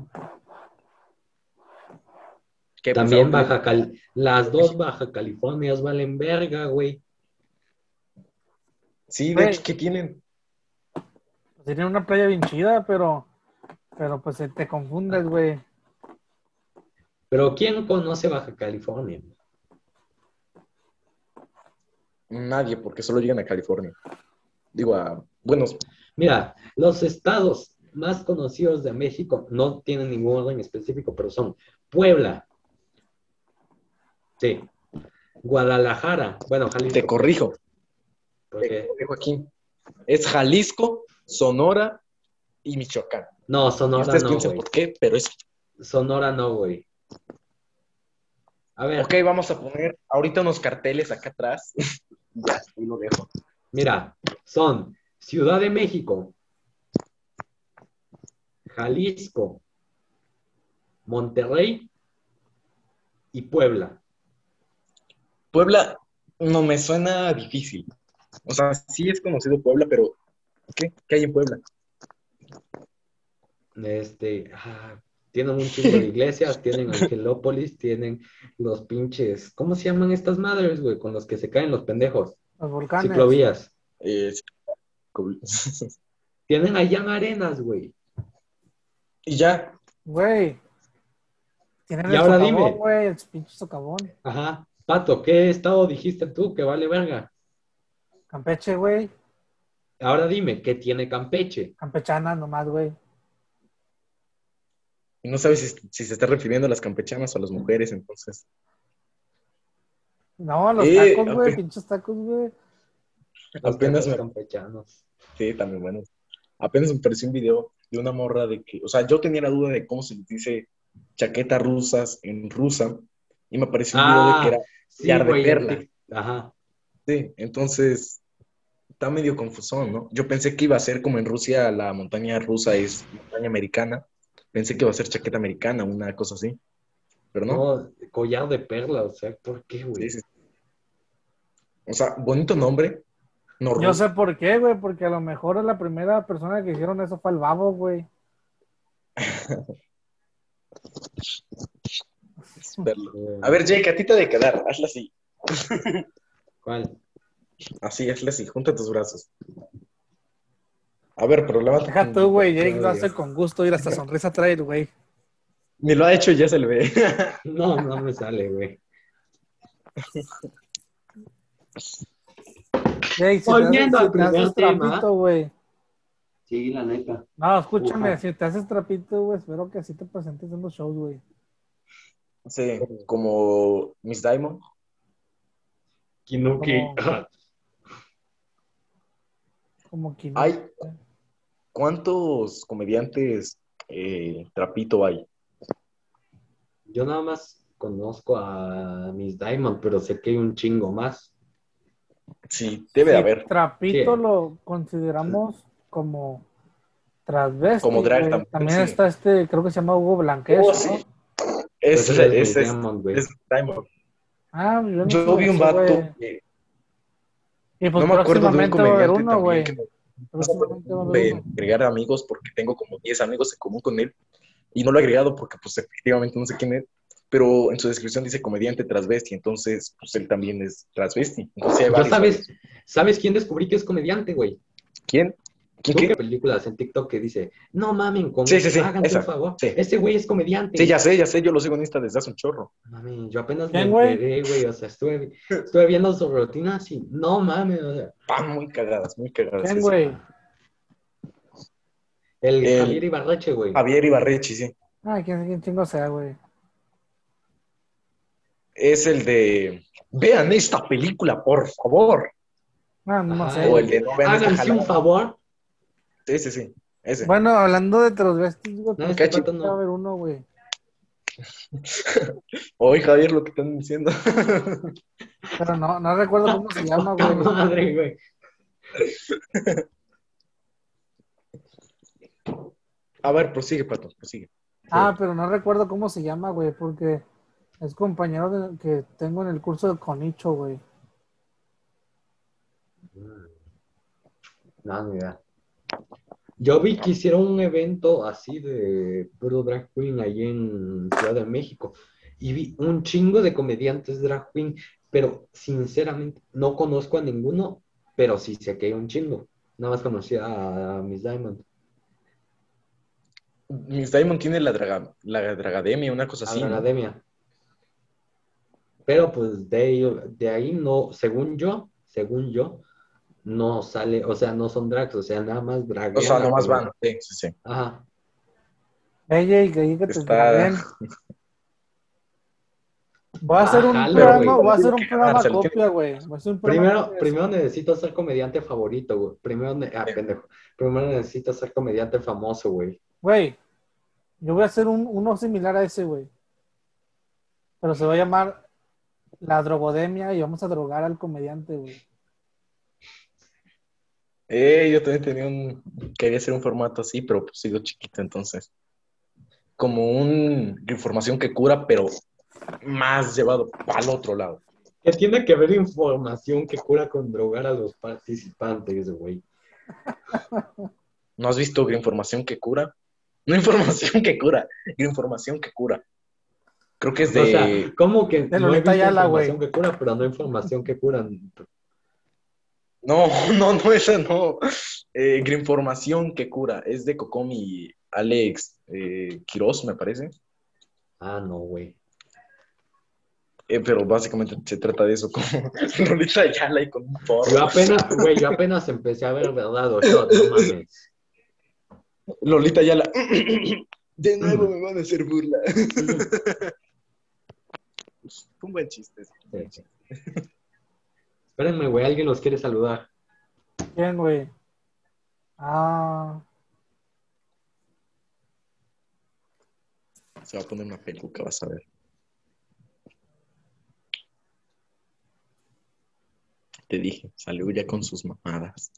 ¿Qué También pensaban que le Baja iban Cal... Las a dos México? Baja Californias valen verga, güey. Sí, de hecho, Güey, ¿qué tienen? tienen una playa bien chida, pero, pero pues se te confundes, güey. Pero ¿quién conoce Baja California? Nadie, porque solo llegan a California. Digo, a buenos. Mira, los estados más conocidos de México no tienen ningún orden específico, pero son Puebla, sí, Guadalajara, bueno, Te Jalisco, pues, corrijo, te porque corrijo aquí. Es Jalisco, Sonora y Michoacán. no, Y Sonora ustedes no, piensan güey. por qué, pero es. Sonora no, güey. A Ok, ver, vamos a poner ahorita unos carteles acá atrás. Ya, ahí lo dejo. mira, son Ciudad de México, Jalisco, Monterrey y Puebla. Puebla no me suena difícil. O sea, sí es conocido Puebla, pero ¿qué? ¿Qué hay en Puebla? Este, ah, tienen un chingo de iglesias, tienen Angelópolis, tienen los pinches, ¿cómo se llaman estas madres, güey? Con los que se caen los pendejos. Los volcanes. Ciclovías. Eh, Tienen allá en Arenas, güey. y ya. Güey. Tienen Y el ahora socavón, dime, güey, el pinche socavón. ajá, Pato, ¿qué estado dijiste tú que vale verga? Campeche, güey. Ahora dime, ¿qué tiene Campeche? Campechana nomás, güey. Y no sabes si, si se está refiriendo a las campechanas o a las mujeres, entonces. No, los Eh, tacos, güey, ape- pinches tacos, güey. Los apenas tacos me. campechanos. Sí, también bueno. Apenas me pareció un video de una morra de que. O sea, yo tenía la duda de cómo se les dice chaquetas rusas en rusa. Y me apareció un video de que era Ah, sí, collar de güey, en perla. Tik- ajá. Sí, entonces. Está medio confusón, ¿no? Yo pensé que iba a ser como en Rusia, la montaña rusa es montaña americana. Pensé que iba a ser chaqueta americana, una cosa así. Pero no. No, collar de perla, o sea, ¿por qué, Sí, güey? sí. O sea, bonito nombre, no Yo sé ruso. por qué, güey, porque a lo mejor la primera persona que hicieron eso fue el babo, güey. Verlo. A Eh, ver, Jake, a ti te ha de quedar. Hazla así. ¿Cuál? Así, hazla así. Junta tus brazos. A ver, pero levanta Deja tú, tu... güey, Jake Yo, lo yo. hace con gusto ir hasta sonrisa traer, güey. Ni lo ha hecho y ya se le ve. No, no me sale, güey. Jake, si te haces, Volviendo si al te haces primer tema. trapito, güey. Sí, la neta. No, escúchame, Uja. si te haces trapito, güey, espero que así te presentes en los shows, güey. Sí, como Miss Diamond. Kinuki. Como, como Kino. Hay, ¿cuántos comediantes eh, trapito hay? Yo nada más conozco a Miss Diamond, pero sé que hay un chingo más. Sí, debe de Si haber. trapito ¿Qué? lo consideramos como Como transvesti, drag güey. también, También sí. está este, creo que se llama Hugo Oh, Blanquesh, ¿no? sí. Pues Es, él es es, Miss es, Diamond, güey. es Diamond. Ah, yo no Yo sabía vi un eso, vato, güey. que- Y pues no me acuerdo de un próximamente va a haber comediante uno, también güey. que me pasa por Próximamente va a haber de uno. agregar amigos porque tengo como diez amigos en común con él y no lo he agregado porque pues efectivamente no sé quién es, pero en su descripción dice comediante transvesti, entonces pues él también es transvesti. Entonces sí hay Yo varios, sabes, varios. ¿sabes quién descubrí que es comediante, güey? ¿Quién? ¿Quién Tú, qué? películas en TikTok que dice, no mamen, Sí, con, sí, sí, háganse un esa. favor. Sí. Ese güey es Sí, comediante. ya sé, ya sé, yo lo sigo en Insta desde hace un chorro. Mami, yo apenas me ¿Quién, güey? enteré, güey. O sea, estuve, estuve viendo su rutina así. No mames, o sea, Ah, muy cagadas, muy cagadas ¿Quién, ese. güey? el Javier El Ibarreche, güey. Javier Ibarrechi, sí. Ah, quién, quién chingo sea, güey. Es el de, vean esta película, por favor. Ah, no Ajá, O sé. el el de de, no vean esta háganse un jalada. favor. Sí, sí, sí, ese. Bueno, hablando de transvestis, güey, No, este próximamente pato va a no. haber uno, güey. Oye, Javier, lo que están diciendo. Pero no, no recuerdo cómo se llama, Poca güey. madre, güey. A ver, prosigue, Pato, prosigue. Ah, Sí. pero no recuerdo cómo se llama, güey, porque es compañero de- que tengo en el curso de Conicho, güey. No, mira. Yo vi que hicieron un evento así de puro drag queen ahí en Ciudad de México y vi un chingo de comediantes drag queen, pero sinceramente no conozco a ninguno, pero sí sé que hay un chingo. Nada más conocí a, a Miss Diamond, Miss Diamond tiene la, draga, la Dragademia, una cosa a así, ¿no? Dragademia, pero pues de ahí, de ahí no, según yo, según yo, no sale, o sea, no son drags, o sea, nada más O sea, draguean a nomás comediantes. van. Sí, sí, sí. Ajá. Ella y que que te Está. draguen. Voy a hacer Ah, un jalo, Pero programa, güey. voy a igual hacer tiene un que ganar, programa se lo tiene copia, güey. Voy a hacer un programa Primero, copia de eso. primero necesito ser comediante favorito, güey. Primero, ne- ah, que pendejo. Primero necesito ser comediante famoso, güey. Güey, yo voy a hacer un, uno similar a ese, güey. Pero se va a llamar La Drogodemia y vamos a drogar al comediante, güey. Eh, yo también tenía un. Quería hacer un formato así, pero pues sigo chiquito, entonces. como una información que cura, pero más llevado al otro lado. ¿Qué tiene que ver información que cura con drogar a los participantes, güey? ¿No has visto información que cura? No información que cura, información que cura. Creo que es de... O sea, ¿cómo que De no he Lolita visto Ayala, información güey. que cura, pero no información que cura? No, no, no, esa no. Eh, información que cura. Es de Cocomi y Alex eh, Quiroz, me parece. Ah, no, güey. Eh, pero básicamente se trata de eso, como Lolita Ayala y con un porro. Yo apenas, güey, yo apenas empecé a ver Verdad o Shot, no mames. Lolita Ayala. De nuevo me van a hacer burla. Fue un buen chiste. Sí, sí. Espérenme, güey, alguien los quiere saludar. ¿Quién, güey? Ah, Se va a poner una peluca, vas a ver. Te dije, salió ya con sus mamadas.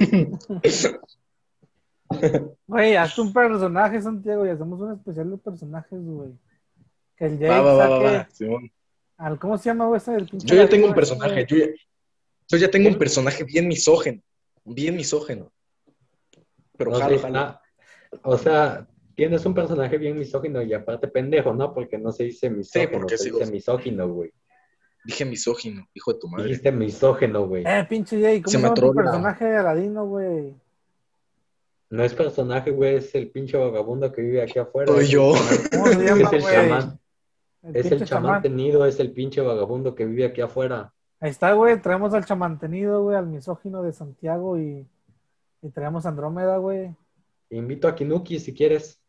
güey, hazte un personaje, Santiago, y hacemos un especial de personajes, güey. Que el Va, Jake va, va, va, saque va, Simón. al, ¿cómo se llama, güey, ese del pinche Yo ya tengo un ladrillo ese, personaje, güey? yo ya, yo ya tengo un ¿Qué? personaje bien misógeno, bien misógeno. Pero O jalo, sea, jalo. ah, o sea, tienes un personaje bien misógino y aparte pendejo, ¿no? Porque no se dice misógino, porque se sigo- dice misógino, güey. Dije misógino, hijo de tu madre. Dijiste misógeno, güey. Eh, pinche Jake, ¿cómo Se se, me llama tu atoró la- personaje de Aladino, güey? No es personaje, güey, es el pinche vagabundo que vive aquí afuera. Soy es yo. El chamán, ¿Cómo se llama, es el güey? chamán. El Es el pinche chamán chamán. tenido, es el pinche vagabundo que vive aquí afuera. Ahí está, güey, traemos al chamantenido, güey, al misógino de Santiago y, y traemos a Andrómeda, güey. Te invito a Kinuki si quieres.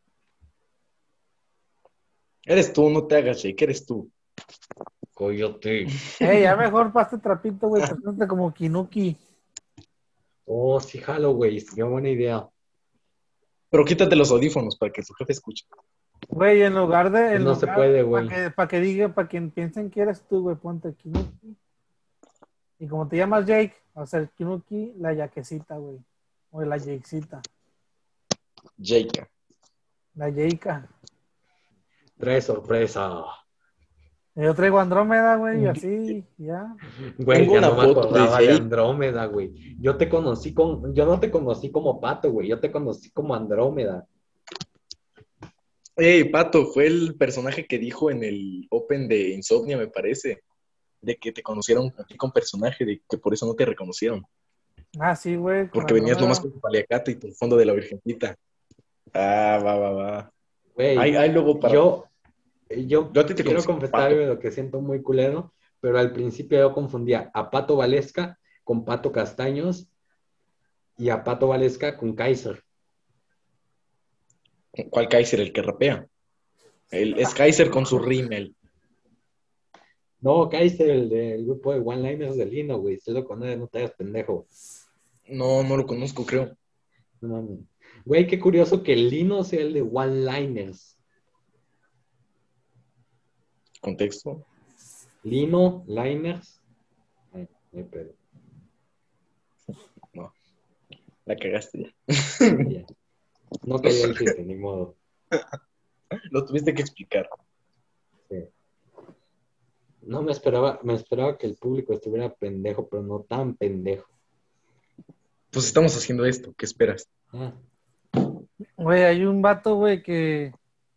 Eres tú, no te hagas, Jake, eres tú. Coyote. Eh, ya mejor paste trapito, güey, preséntate como Kinuki. Oh, sí, jalo, güey. Qué buena idea. Pero quítate los audífonos para que tu jefe escuche. Güey, en lugar de. En No se lugar, puede, güey. Para que, pa' que diga, para que piensen que eres tú, güey, ponte Kinuki. Y como te llamas Jake, va a ser Kinuki la yaquecita, güey. O la Jakecita. Jake. La Jake'a. Trae sorpresa. Yo traigo Andrómeda, güey, y así, ya. Güey, Tengo ya una no me foto de acordaba de, Jake. Andrómeda, güey. Yo te conocí con, yo no te conocí como Pato, güey. Yo te conocí como Andrómeda. Ey, Pato, fue el personaje que dijo en el Open de Insomnia, me parece. De que te conocieron a ti con personaje, de que por eso no te reconocieron. Ah, sí, güey. con Porque venías nomás Andrómeda. con tu paliacate y tu fondo de la virgencita. Ah, va, va, va. Güey, Hay, hay luego para... yo, yo, Yo a ti te quiero conocí como confesar Pato. lo que siento muy culero, pero al principio yo confundía a Pato Valesca con Pato Castaños y a Pato Valesca con Kaiser. ¿Cuál Kaiser? El que rapea. El, es Kaiser con su rímel. No, Kaiser, el del grupo de One Liners de Lino, güey. Solo con él, no te hagas pendejo. No, no lo conozco, creo. No mames. Güey, qué curioso que el Lino sea el de One Liners. ¿Contexto? Lino, Liners. Ay, no hay pedo. No. La cagaste ya. Ya. No quería el chiste, ni modo. Lo tuviste que explicar. Sí. No me esperaba, me esperaba que el público estuviera pendejo, pero no tan pendejo. Pues estamos haciendo esto. ¿Qué esperas? Ah, Güey, hay un vato, güey, que.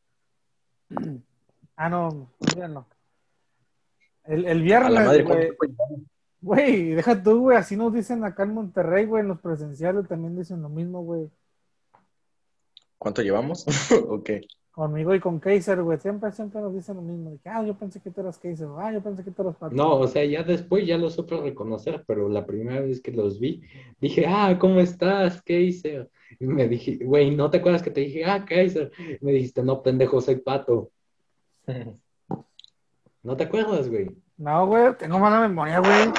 Ah, no, ya no. El, el A la viernes, madre, güey. ¿cuánto tiempo llevamos? Güey, deja tú, güey. Así nos dicen acá en Monterrey, güey. En los presenciales también dicen lo mismo, güey. ¿Cuánto llevamos? Ok. Conmigo y con Kaiser, güey. Siempre, siempre nos dicen lo mismo. De que, ah, yo pensé que tú eras Kaiser. Ah, yo pensé que tú eras Pato. no, o sea, ya después ya lo supe reconocer, pero la primera vez que los vi, dije, ah, ¿cómo estás, Kaiser? Y me dije, güey, ¿no te acuerdas que te dije, ah, Kaiser? Me dijiste, no, pendejo, soy Pato. ¿No te acuerdas, güey? No, güey, tengo mala memoria, güey.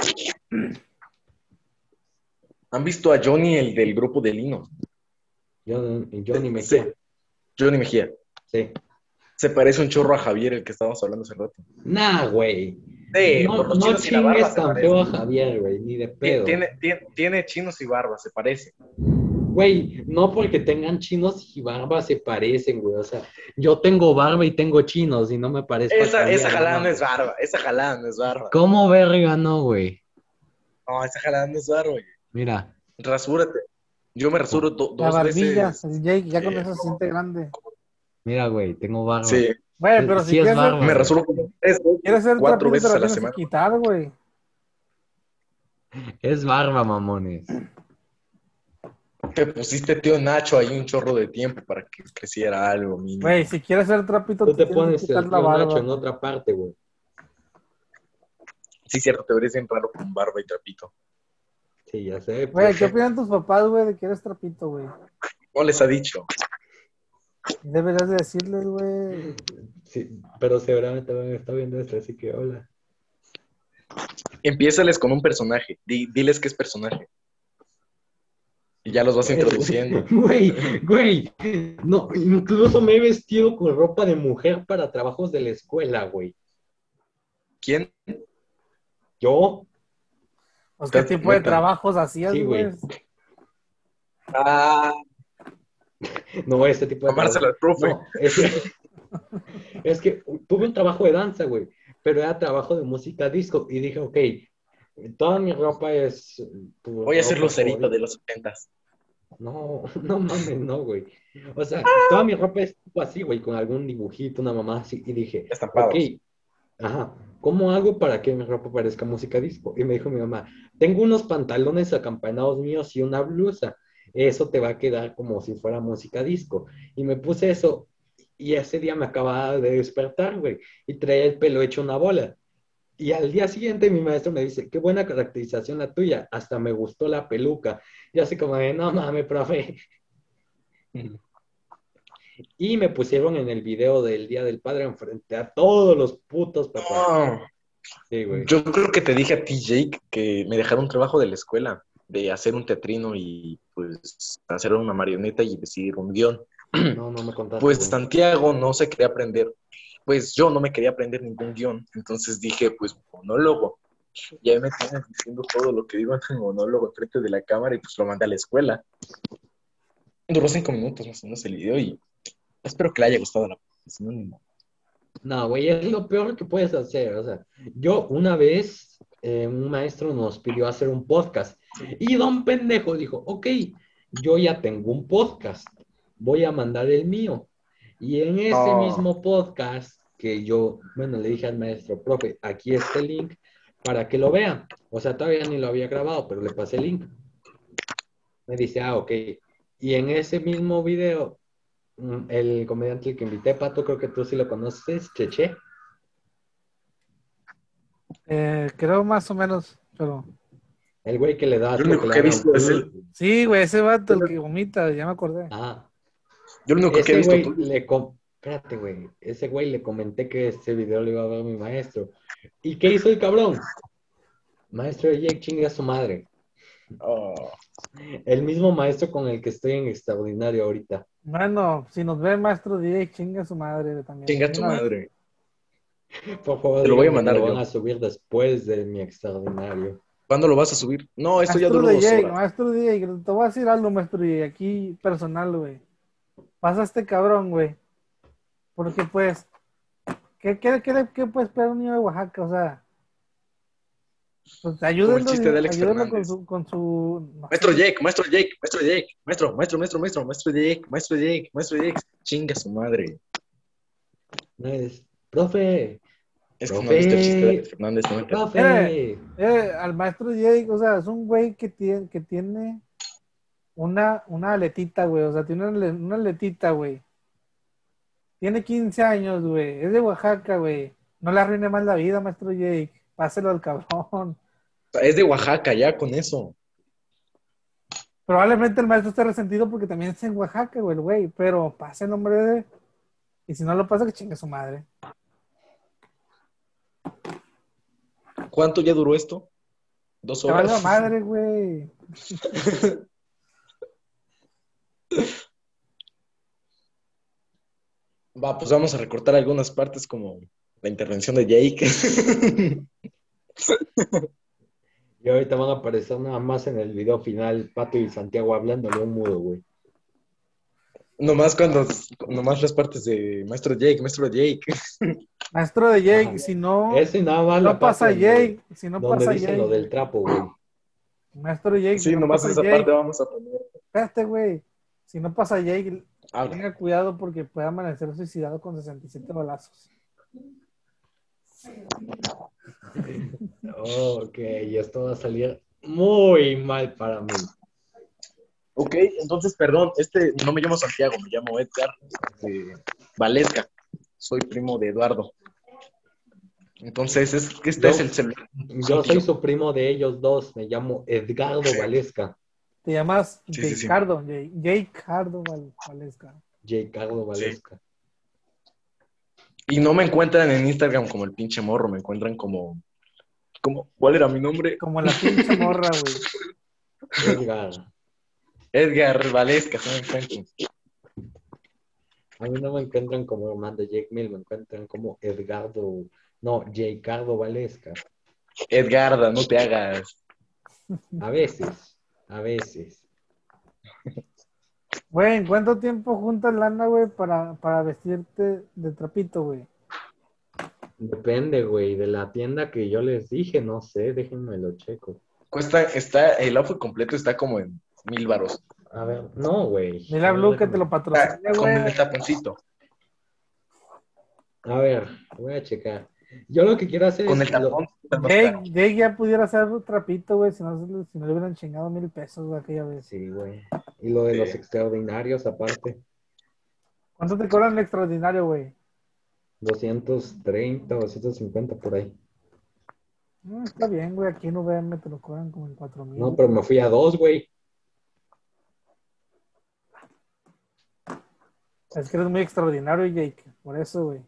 ¿Han visto a Johnny, el del grupo de Lino? Yo, yo ni me Sí. sé. Johnny Mejía. Sí. Se parece un chorro a Javier, el que estábamos hablando hace rato. Nah, güey. Sí, No, por los no chinos y la barba chingues se tan parece. feo a Javier, güey, ni de pedo. Tiene, tiene, tiene chinos y barba, se parece. güey, no porque tengan chinos y barba se parecen, güey. O sea, yo tengo barba y tengo chinos y no me parezco a Esa, Talía, esa no jalada no es mames. barba, esa jalada no es barba. ¿Cómo verga no, güey? No, esa jalada no es barba, güey. Mira. Rasúrate. Yo me rasuro do- La dos barbilla, veces. el Jake, ya con eh, eso se siente grande. Mira, güey, tengo barba. sí, Güey, Eh, pero si Sí es quieres ser, barba, me güey. rasuro como tres veces, quieres ser cuatro trapito, te veces la a la tienes que semana. quitar, güey. Es barba, mamones. Te pusiste tío Nacho ahí un chorro de tiempo para que creciera algo mínimo. Güey, si quieres ser trapito, Tú te te tienes que pones quitar el la tío Nacho barba. en otra parte, güey. Sí, cierto, te verías bien raro con barba y trapito. Sí, ya sé, Güey, pues. ¿qué opinan tus papás, güey, de que eres trapito, güey? ¿Cómo les ha dicho? Deberías de decirles, güey. Sí, pero seguramente van a estar viendo esto, así que hola. Empiézales con un personaje. Di- diles que es personaje. Y ya los vas introduciendo. Güey, güey. No, incluso me he vestido con ropa de mujer para trabajos de la escuela, güey. ¿Quién? ¿Yo? Pues, ¿qué tipo de Neta. trabajos hacías, Sí, güey? güey. Ah, No, este tipo de trabajo. amársela al profe. No, es que, es que tuve un trabajo de danza, güey, pero era trabajo de música disco. Y dije, ok, toda mi ropa es tu Voy a ser ropa lucerito de favorita. los setentas. No, no mames, no, güey. O sea, toda mi ropa es tipo así, güey, con algún dibujito, una mamá así. Y dije, ok, Estampados. ajá, ¿cómo hago para que mi ropa parezca música disco? Y me dijo mi mamá, tengo unos pantalones acampanados míos y una blusa. Eso te va a quedar como si fuera música disco. Y me puse eso y ese día me acababa de despertar, güey, y traía el pelo hecho una bola. Y al día siguiente mi maestro me dice, qué buena caracterización la tuya, hasta me gustó la peluca. Y así como de, no mames, profe. Y me pusieron en el video del Día del Padre enfrente a todos los putos papás. No. Sí, güey. Yo creo que te dije a ti, Jake, que me dejaron un trabajo de la escuela, de hacer un teatrino y pues hacer una marioneta y decidir un guión. No, no me contaste, Pues güey. Santiago no se quería aprender. Pues yo no me quería aprender ningún guión. Entonces dije, pues monólogo. Y ahí me tienes diciendo todo lo que digo en el monólogo enfrente de la cámara y pues lo mandé a la escuela. Duró cinco minutos más o menos el video y espero que le haya gustado a la si no, ni modo. No, güey, es lo peor que puedes hacer. O sea, yo una vez, eh, un maestro nos pidió hacer un podcast y don pendejo dijo, ok, yo ya tengo un podcast, voy a mandar el mío. Y en ese No. mismo podcast que yo, bueno, le dije al maestro, profe, aquí está el link para que lo vean. O sea, todavía ni lo había grabado, pero le pasé el link. Me dice, ah, ok. Y en ese mismo video, mm, el comediante que invité, Pato, creo que tú sí lo conoces, Cheche. Eh, creo más o menos, pero... El güey que le da Yo asco lo que único le que he hagan. visto es el. Sí, güey, ese vato, el que vomita, ya me acordé. Ah, Yo lo único que he ese visto güey tuyo. le com- espérate, güey. Ese güey le comenté que ese video lo iba a ver mi maestro. ¿Y qué hizo el cabrón? Maestro de Jake chingue a su madre. Oh, El mismo maestro con el que estoy en extraordinario ahorita. Bueno, si nos ve el maestro D J, chinga su madre también. chinga De tu una vez. madre. Por favor, Te lo voy a díganme que mandar lo van yo. a subir después de mi extraordinario. ¿Cuándo lo vas a subir? No, esto ya Maestro duró dos D J, horas. maestro D J, te voy a decir algo, maestro D J, aquí personal, güey. Pasa este cabrón, güey. Porque pues, ¿qué, qué, qué, qué puede esperar un niño de Oaxaca? O sea, pues Como el ayúdenlo, chiste de Alex ayúdenlo con Fernández. su, con su, no Maestro sé. Jake, maestro Jake, maestro Jake, maestro, maestro, maestro, maestro, maestro Jake, maestro Jake, maestro Jake. Chinga su madre. No es, profe, Es que no has visto el chiste de Alex profe, Fernández, no me queda. Mire, profe. mire, al maestro D J, o sea, es un güey que tiene, que tiene una, una aletita, güey. O sea, tiene una, ale- una aletita, güey. Tiene quince años, güey. Es de Oaxaca, güey. No le arruine más la vida, maestro Jake. Páselo al cabrón. Es de Oaxaca, ya con eso. Probablemente el maestro esté resentido porque también es en Oaxaca, güey, el güey. Pero pase el nombre de... Y si no lo pasa, que chingue su madre. ¿Cuánto ya duró esto? ¿Dos Te valga horas? madre, güey. Va, pues vamos a recortar algunas partes como la intervención de Jake. Y ahorita van a aparecer nada más en el video final Pato y Santiago hablándole a un mudo, güey. Nomás cuando, nomás las partes de Maestro Jake, Maestro Jake. Maestro de Jake, Ajá. si no, Ese nada más si la no parte pasa donde, Jake, si no donde pasa dicen lo Jake, del trapo, güey. Maestro Jake, si Sí, no nomás pasa esa parte Jake, vamos a poner. espérate, güey. Si no pasa Jake, Habla. tenga cuidado porque puede amanecer suicidado con sesenta y siete balazos. Ok, esto va a salir muy mal para mí. Ok, entonces, perdón, este no me llamo Santiago, me llamo Edgar eh, Valesca. Soy primo de Eduardo. Entonces, es, este es Yo, el celular. yo soy su primo de ellos dos, me llamo Edgardo Valesca. Te llamas Sí, sí, sí. Jacardo, Jacardo Val- Valesca. Jacardo Sí. Valesca. Y no me encuentran en Instagram como el pinche morro, me encuentran como, como ¿cuál era mi nombre? Como la pinche morra, güey. Edgar. Edgar Valesca, se me encuentran. A mí no me encuentran como Amanda Jake Mill, me encuentran como Edgardo, no, Jacardo Valesca. Edgarda, no te hagas. A veces, a veces. Güey, ¿en cuánto tiempo juntas lana, güey, para, para vestirte de trapito, güey? Depende, güey, de la tienda que yo les dije, no sé, déjenme lo checo. Cuesta, está, el outfit completo está como en mil varos. A ver, no, güey. Dile A a ver, Blue que te déjame. lo patrocine, Con güey. el taponcito. A ver, voy a checar. Yo lo que quiero hacer Con es el lo- tapón está más Jake, caro. Jake ya pudiera hacer un trapito, güey, si no, se- si no le hubieran chingado mil pesos, güey, aquella vez. Sí, güey. Y lo de los Sí. extraordinarios, aparte, ¿Cuánto te cobran el extraordinario, güey? doscientos treinta, doscientos cincuenta por ahí. Mm, está bien, güey, aquí en U V M te lo cobran como en cuatro No, mil. pero me fui a dos, güey. Es que eres muy extraordinario, Jake, por eso, güey.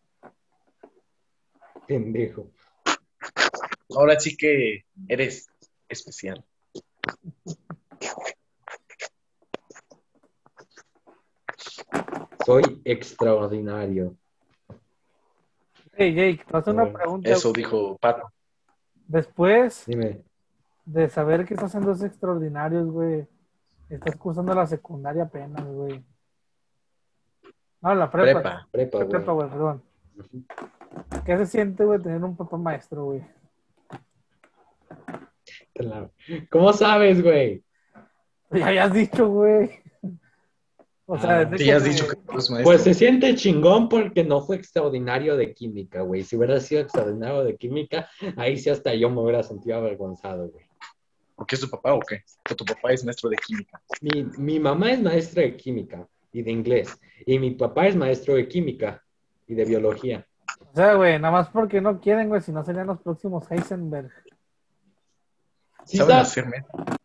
Pendejo. Ahora sí que eres especial. Soy extraordinario. Hey, Jake, te voy a hacer A una ver, pregunta, Eso güey. dijo Pato. Después dime. de saber que estás haciendo esos extraordinarios, güey, estás cursando la secundaria apenas, güey. No, la prepa. Prepa. Prepa, La prepa, güey. güey, perdón. ¿Qué se siente, güey, tener un papá maestro, güey? Claro. ¿Cómo sabes, güey? Ya habías dicho, güey. O sea, Ah, desde Sí, que ya has dicho que te... tú eres maestro. pues se siente chingón porque no fue extraordinario de química, güey. Si hubiera sido extraordinario de química, ahí sí hasta yo me hubiera sentido avergonzado, güey. ¿Por qué es tu papá o qué? O tu papá es maestro de química. Mi, mi mamá es maestra de química y de inglés. Y mi papá es maestro de química y de biología. O sea, güey, nada más porque no quieren, güey, si no serían los próximos Heisenberg. Sí, ¿Saben sabes. hacerme?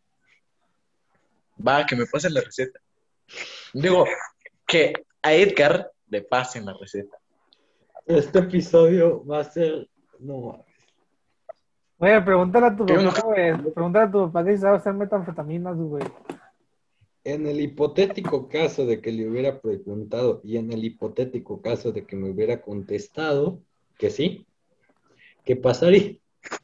Va, que me pasen la receta. Digo, que a Edgar le pasen la receta. Este episodio va a ser. No, Güey, pregúntale a tu Que uno papá, güey. Pregúntale a tu papá que si sabe hacer metanfetaminas, güey. en el hipotético caso de que le hubiera preguntado y en el hipotético caso de que me hubiera contestado que sí, ¿qué pasaría?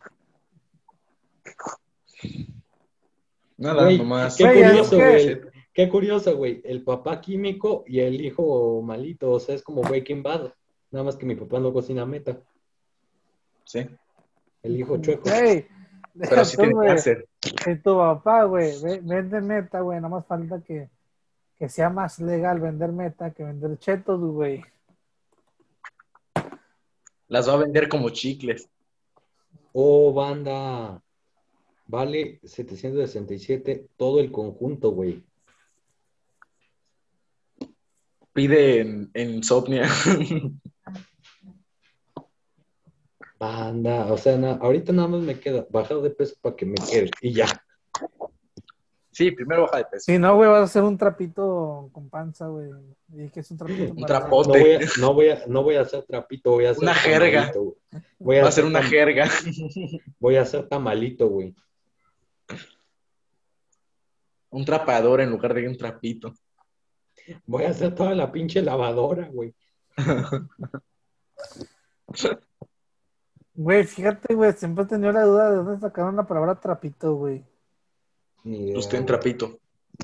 Nada, Güey, nomás qué Güey, es pedimos curioso, la que... güey. receta. Qué curioso, güey. El papá químico y el hijo malito. O sea, es como Breaking Bad. Nada más que mi papá no cocina meta. Sí, El hijo chueco. Güey, pero deja sí tú, tiene güey. cáncer. Si tu papá, güey, ve- vende meta, güey, nada más falta que, que sea más legal vender meta que vender chetos, güey. Las va a vender como chicles. Oh, banda. Vale setecientos sesenta y siete todo el conjunto, güey. Pide en, en Insomnia. Banda. O sea, na- ahorita nada más me queda bajar de peso para que me quede. Y ya. Sí, primero baja de peso. Si no, güey, vas a hacer un trapito con panza, güey. Y que es un trapito Un para... trapote. No voy a, no voy a, no voy a hacer trapito, voy a hacer Una jerga. tamalito, güey. Voy a Va a ser hacer una tam- jerga. voy a hacer tamalito, güey. Un trapador en lugar de un trapito. Voy a hacer toda la pinche lavadora, güey. Güey, fíjate, güey, siempre he tenido la duda de dónde sacaron la palabra trapito, güey. Ni idea, Usted en güey. trapito.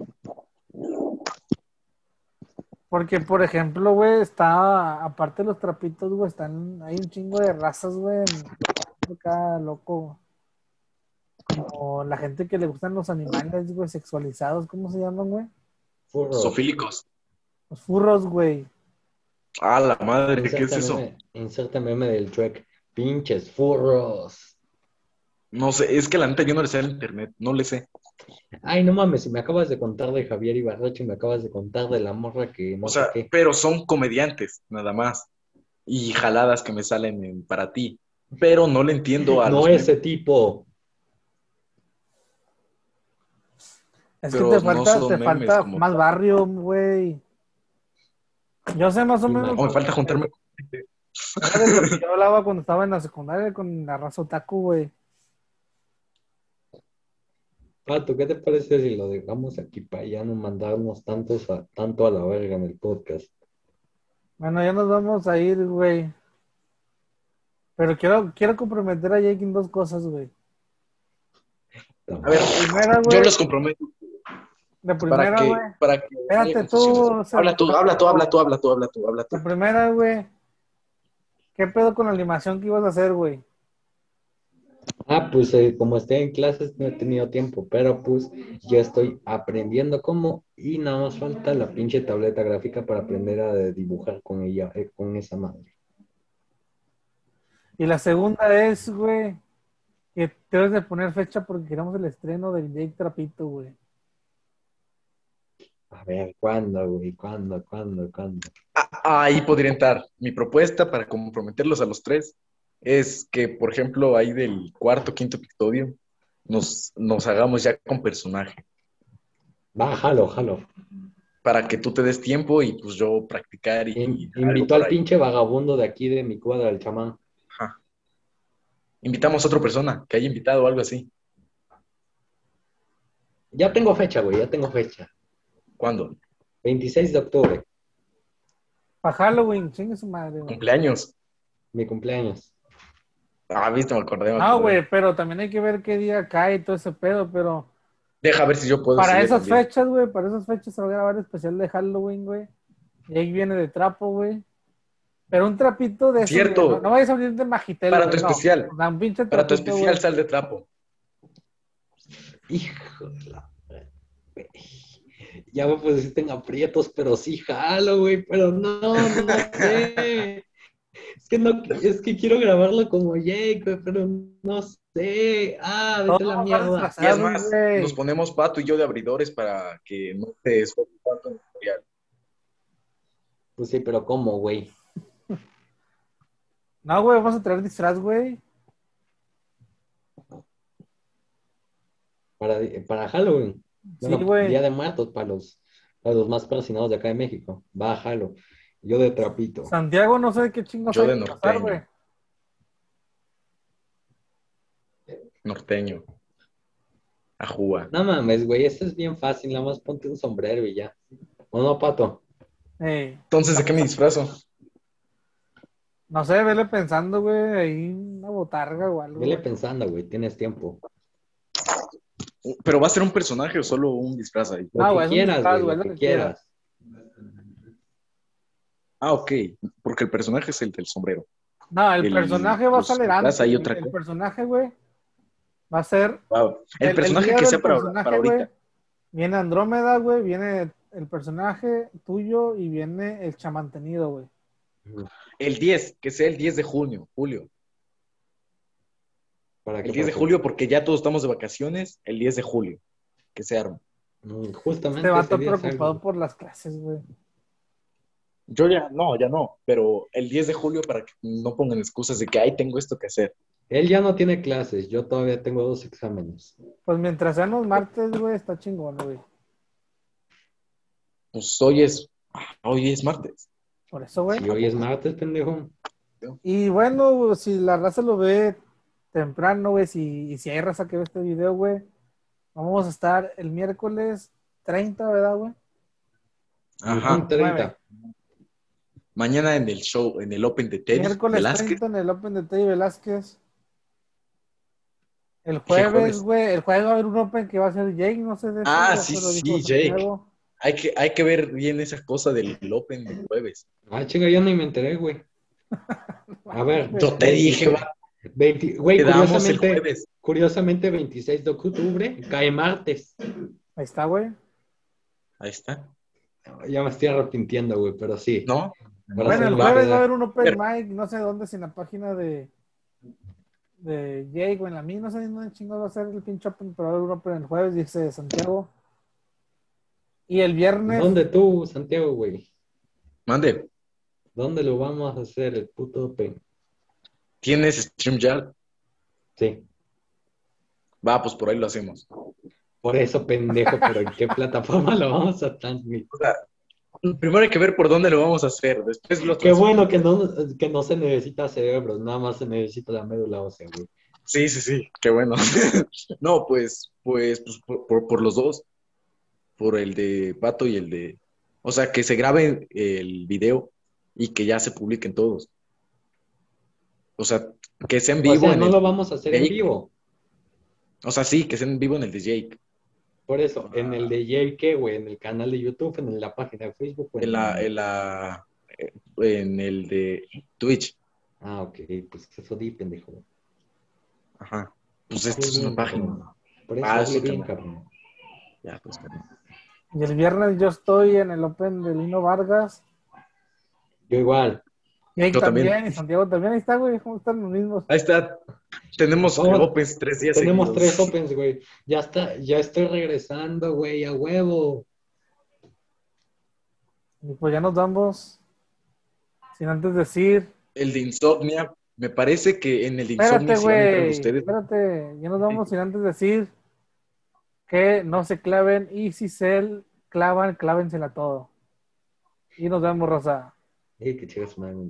Porque, por ejemplo, güey, está, aparte de los trapitos, güey, están, hay un chingo de razas, güey, en- acá, loco. Como la gente que le gustan los animales, güey, sexualizados, ¿cómo se llaman, güey? Furros. Sofílicos. Los furros, güey. Ah, la madre, ¿qué es Inserta eso? meme, inserta meme del Shrek. Pinches furros. No sé, es que la neta yo no le sé al internet, no le sé. Ay, no mames, si me acabas de contar de Javier Ibarreche y me acabas de contar de la morra que O no sé sea, qué. pero son comediantes, nada más. Y jaladas que me salen en- para ti. Pero no le entiendo a No los ese memes. tipo. Es que Pero te no falta, son te memes falta como más tal. barrio, güey. Yo sé más o menos O me Imagínate. falta juntarme con gente. era de lo que yo hablaba cuando estaba en la secundaria con la raza otaku, güey. Pato, ¿qué te parece si lo dejamos aquí para ya no mandarnos tantos a- tanto a la verga en el podcast? Bueno, ya nos vamos a ir, güey. Pero quiero, quiero comprometer a Jake en dos cosas, güey. A ver, La primera, yo güey, los comprometo la para primera, güey. que, para que no haya Espérate confusiones. tú, Habla tú, habla tú, habla Sergio. tú, habla tú, habla tú, habla tú. La primera, güey. ¿Qué pedo con la animación que ibas a hacer, güey? Ah, pues eh, como estoy en clases no he tenido tiempo, pero pues ya estoy aprendiendo cómo y nada más falta la pinche tableta gráfica para aprender a dibujar con ella, eh, con esa madre. Y la segunda es, güey, que debes de poner fecha porque queremos el estreno del Jake Trapito, güey. A ver, ¿cuándo, güey? ¿Cuándo, cuándo, cuándo? Ah, ahí podría entrar. Mi propuesta para comprometerlos a los tres es que, por ejemplo, ahí del cuarto, quinto episodio, nos, nos hagamos ya con personaje. Va, jalo, jalo. Para que tú te des tiempo y pues yo practicar y, In- y algo invitó por al ahí. pinche vagabundo de aquí de mi cuadra, el chamán. Ajá. Invitamos a otra persona que haya invitado o algo así. Ya tengo fecha, güey, ya tengo fecha. ¿Cuándo? veintiséis de octubre, Para Halloween, chingue su madre, güey. ¿Cumpleaños? mi cumpleaños. Ah, viste, me acordé, me No, acordé. güey, pero también hay que ver qué día cae y todo ese pedo, pero Deja ver si yo puedo ese para día esas también. fechas, güey, para esas fechas se va a grabar el especial de Halloween, güey. Jake viene de trapo, güey. Pero un trapito de esos, güey. No, Cierto, no vayas a abrir de Magitel, para tu güey, no. especial, O sea, un pinche para tu trapito, especial güey. sal de trapo. Hijo de la... güey. Ya me pusiste en aprietos, pero sí jalo, güey, pero no, no sé. Es que no, es que quiero grabarlo como Jake, güey, pero no sé. Ah, Todos vete a la vamos a estar mierda. Y es disfrazados, más, nos güey. ponemos Pato y yo de abridores para que no te esfuerces tanto en el tutorial. Pues sí, pero ¿cómo, güey? No, güey, vamos a traer disfraz, güey. Para, para Halloween. Sí, Bueno, güey. Día de Muertos para los, para los más persinados de acá de México. Va, jalo. Yo de trapito. Santiago, no sé qué chingos Yo hay de que pasar, güey. norteño, norteño, ajúa. No mames, güey, esto es bien fácil. Nada más ponte un sombrero y ya. ¿O no, Pato? Ey, Entonces, ¿de qué me disfrazo? no sé, vele pensando, güey, ahí una botarga o algo, Vele güey. pensando, güey, tienes tiempo. ¿Pero va a ser un personaje o solo un disfraz ahí? Lo No, que güey, es un quieras, disfraz, güey, güey, lo es lo que que quieras. quieras. Ah, ok, porque el personaje es el del sombrero. No, el El, personaje va a los salir disfraz antes, hay güey. otra El cosa. personaje, güey, va a ser Wow. El el, el personaje día que del sea para, para personaje, güey. ahorita. Viene Andrómeda, güey, viene el personaje tuyo y viene el chamantenido, güey. El diez, que sea el diez de junio, julio. ¿Para El qué diez de pasó? julio, porque ya todos estamos de vacaciones, el diez de julio, que se arma. Mm, Este Justamente ese vato día preocupado salgo. por las clases, güey. Yo ya, no, ya no, pero el diez de julio para que no pongan excusas de que, ay, tengo esto que hacer. Él ya no tiene clases, yo todavía tengo dos exámenes. Pues mientras sean los martes, güey, está chingón, güey. Pues hoy es, ah, hoy es martes. Por eso, güey. Si hoy es martes, pendejo. Y bueno, si la raza lo ve temprano, güey, si, y si hay raza que ve este video, güey, vamos a estar el miércoles treinta, ¿verdad, güey? Ajá. treinta. Mañana en el show, en el Open de Teddy Miércoles Velázquez. treinta en el Open de Teddy Velázquez. El ¿Qué jueves, güey, el jueves va a haber un Open que va a ser Jake, no sé de eso, Ah, ya sí, se lo dijo sí, Jake. Santiago. Hay que, hay que ver bien esa cosa del Open del jueves. Ah, chinga, yo ni me enteré, güey. A ver, Yo te dije, va, veinte güey, quedamos el curiosamente, jueves. curiosamente, veintiséis de octubre cae martes. Ahí está, güey. Ahí está. Ya me estoy arrepintiendo, güey, pero sí. ¿No? Para Bueno, el hacerlo Va. jueves va a quedar. haber un Open Mic, no sé dónde, si en la página de, de Jake o en la mía, no sé dónde chingados va a ser el pinche Open, pero va a haber un Open el jueves, dice Santiago. Y el viernes, ¿Dónde tú, Santiago, güey? Mande. ¿Dónde lo vamos a hacer el puto Open? ¿Tienes StreamYard? Sí. Va, pues por ahí lo hacemos. Por eso, pendejo, pero ¿en qué plataforma lo vamos a transmitir? O sea, primero hay que ver por dónde lo vamos a hacer. Después lo Qué bueno transmitimos. que no, que no se necesita cerebro, nada más se necesita la médula ósea, güey. Sí, sí, sí. Qué bueno. No, pues, pues, pues por, por- por los dos. Por el de Pato y el de... O sea, que se grabe el video y que ya se publiquen todos. O sea, que sea en O vivo sea, en no el lo vamos a hacer en Jake. vivo. O sea, sí, que sea en vivo en el de Jake. Por eso, en el de J K, güey, en el canal de YouTube, en la página de Facebook, o En en... la, en la, eh, en el de Twitch. Ah, ok, pues eso di, pendejo. Ajá. Pues esto Hazle es una bien, página. cabrón. Por eso, Ah, hazle eso bien, también. cabrón. Ya, pues, cabrón. y el viernes yo estoy en el Open de Lino Vargas. Yo igual. Jake Yo también. también, y Santiago también, ahí está, güey, ¿cómo están los mismos? Ahí está. Tenemos Vamos, Opens tres días tenemos seguidos. tres Opens, güey. Ya está, ya estoy regresando, güey, a huevo. Y pues ya nos vamos, sin antes decir, El de Insomnia. Me parece que en el de espérate, Insomnia, si van a entrar güey, ustedes, espérate, ya nos vamos sin antes decir que no se claven y si se clavan, clávensela todo. Y nos vemos, Rosa. Ey, que chingas, madre.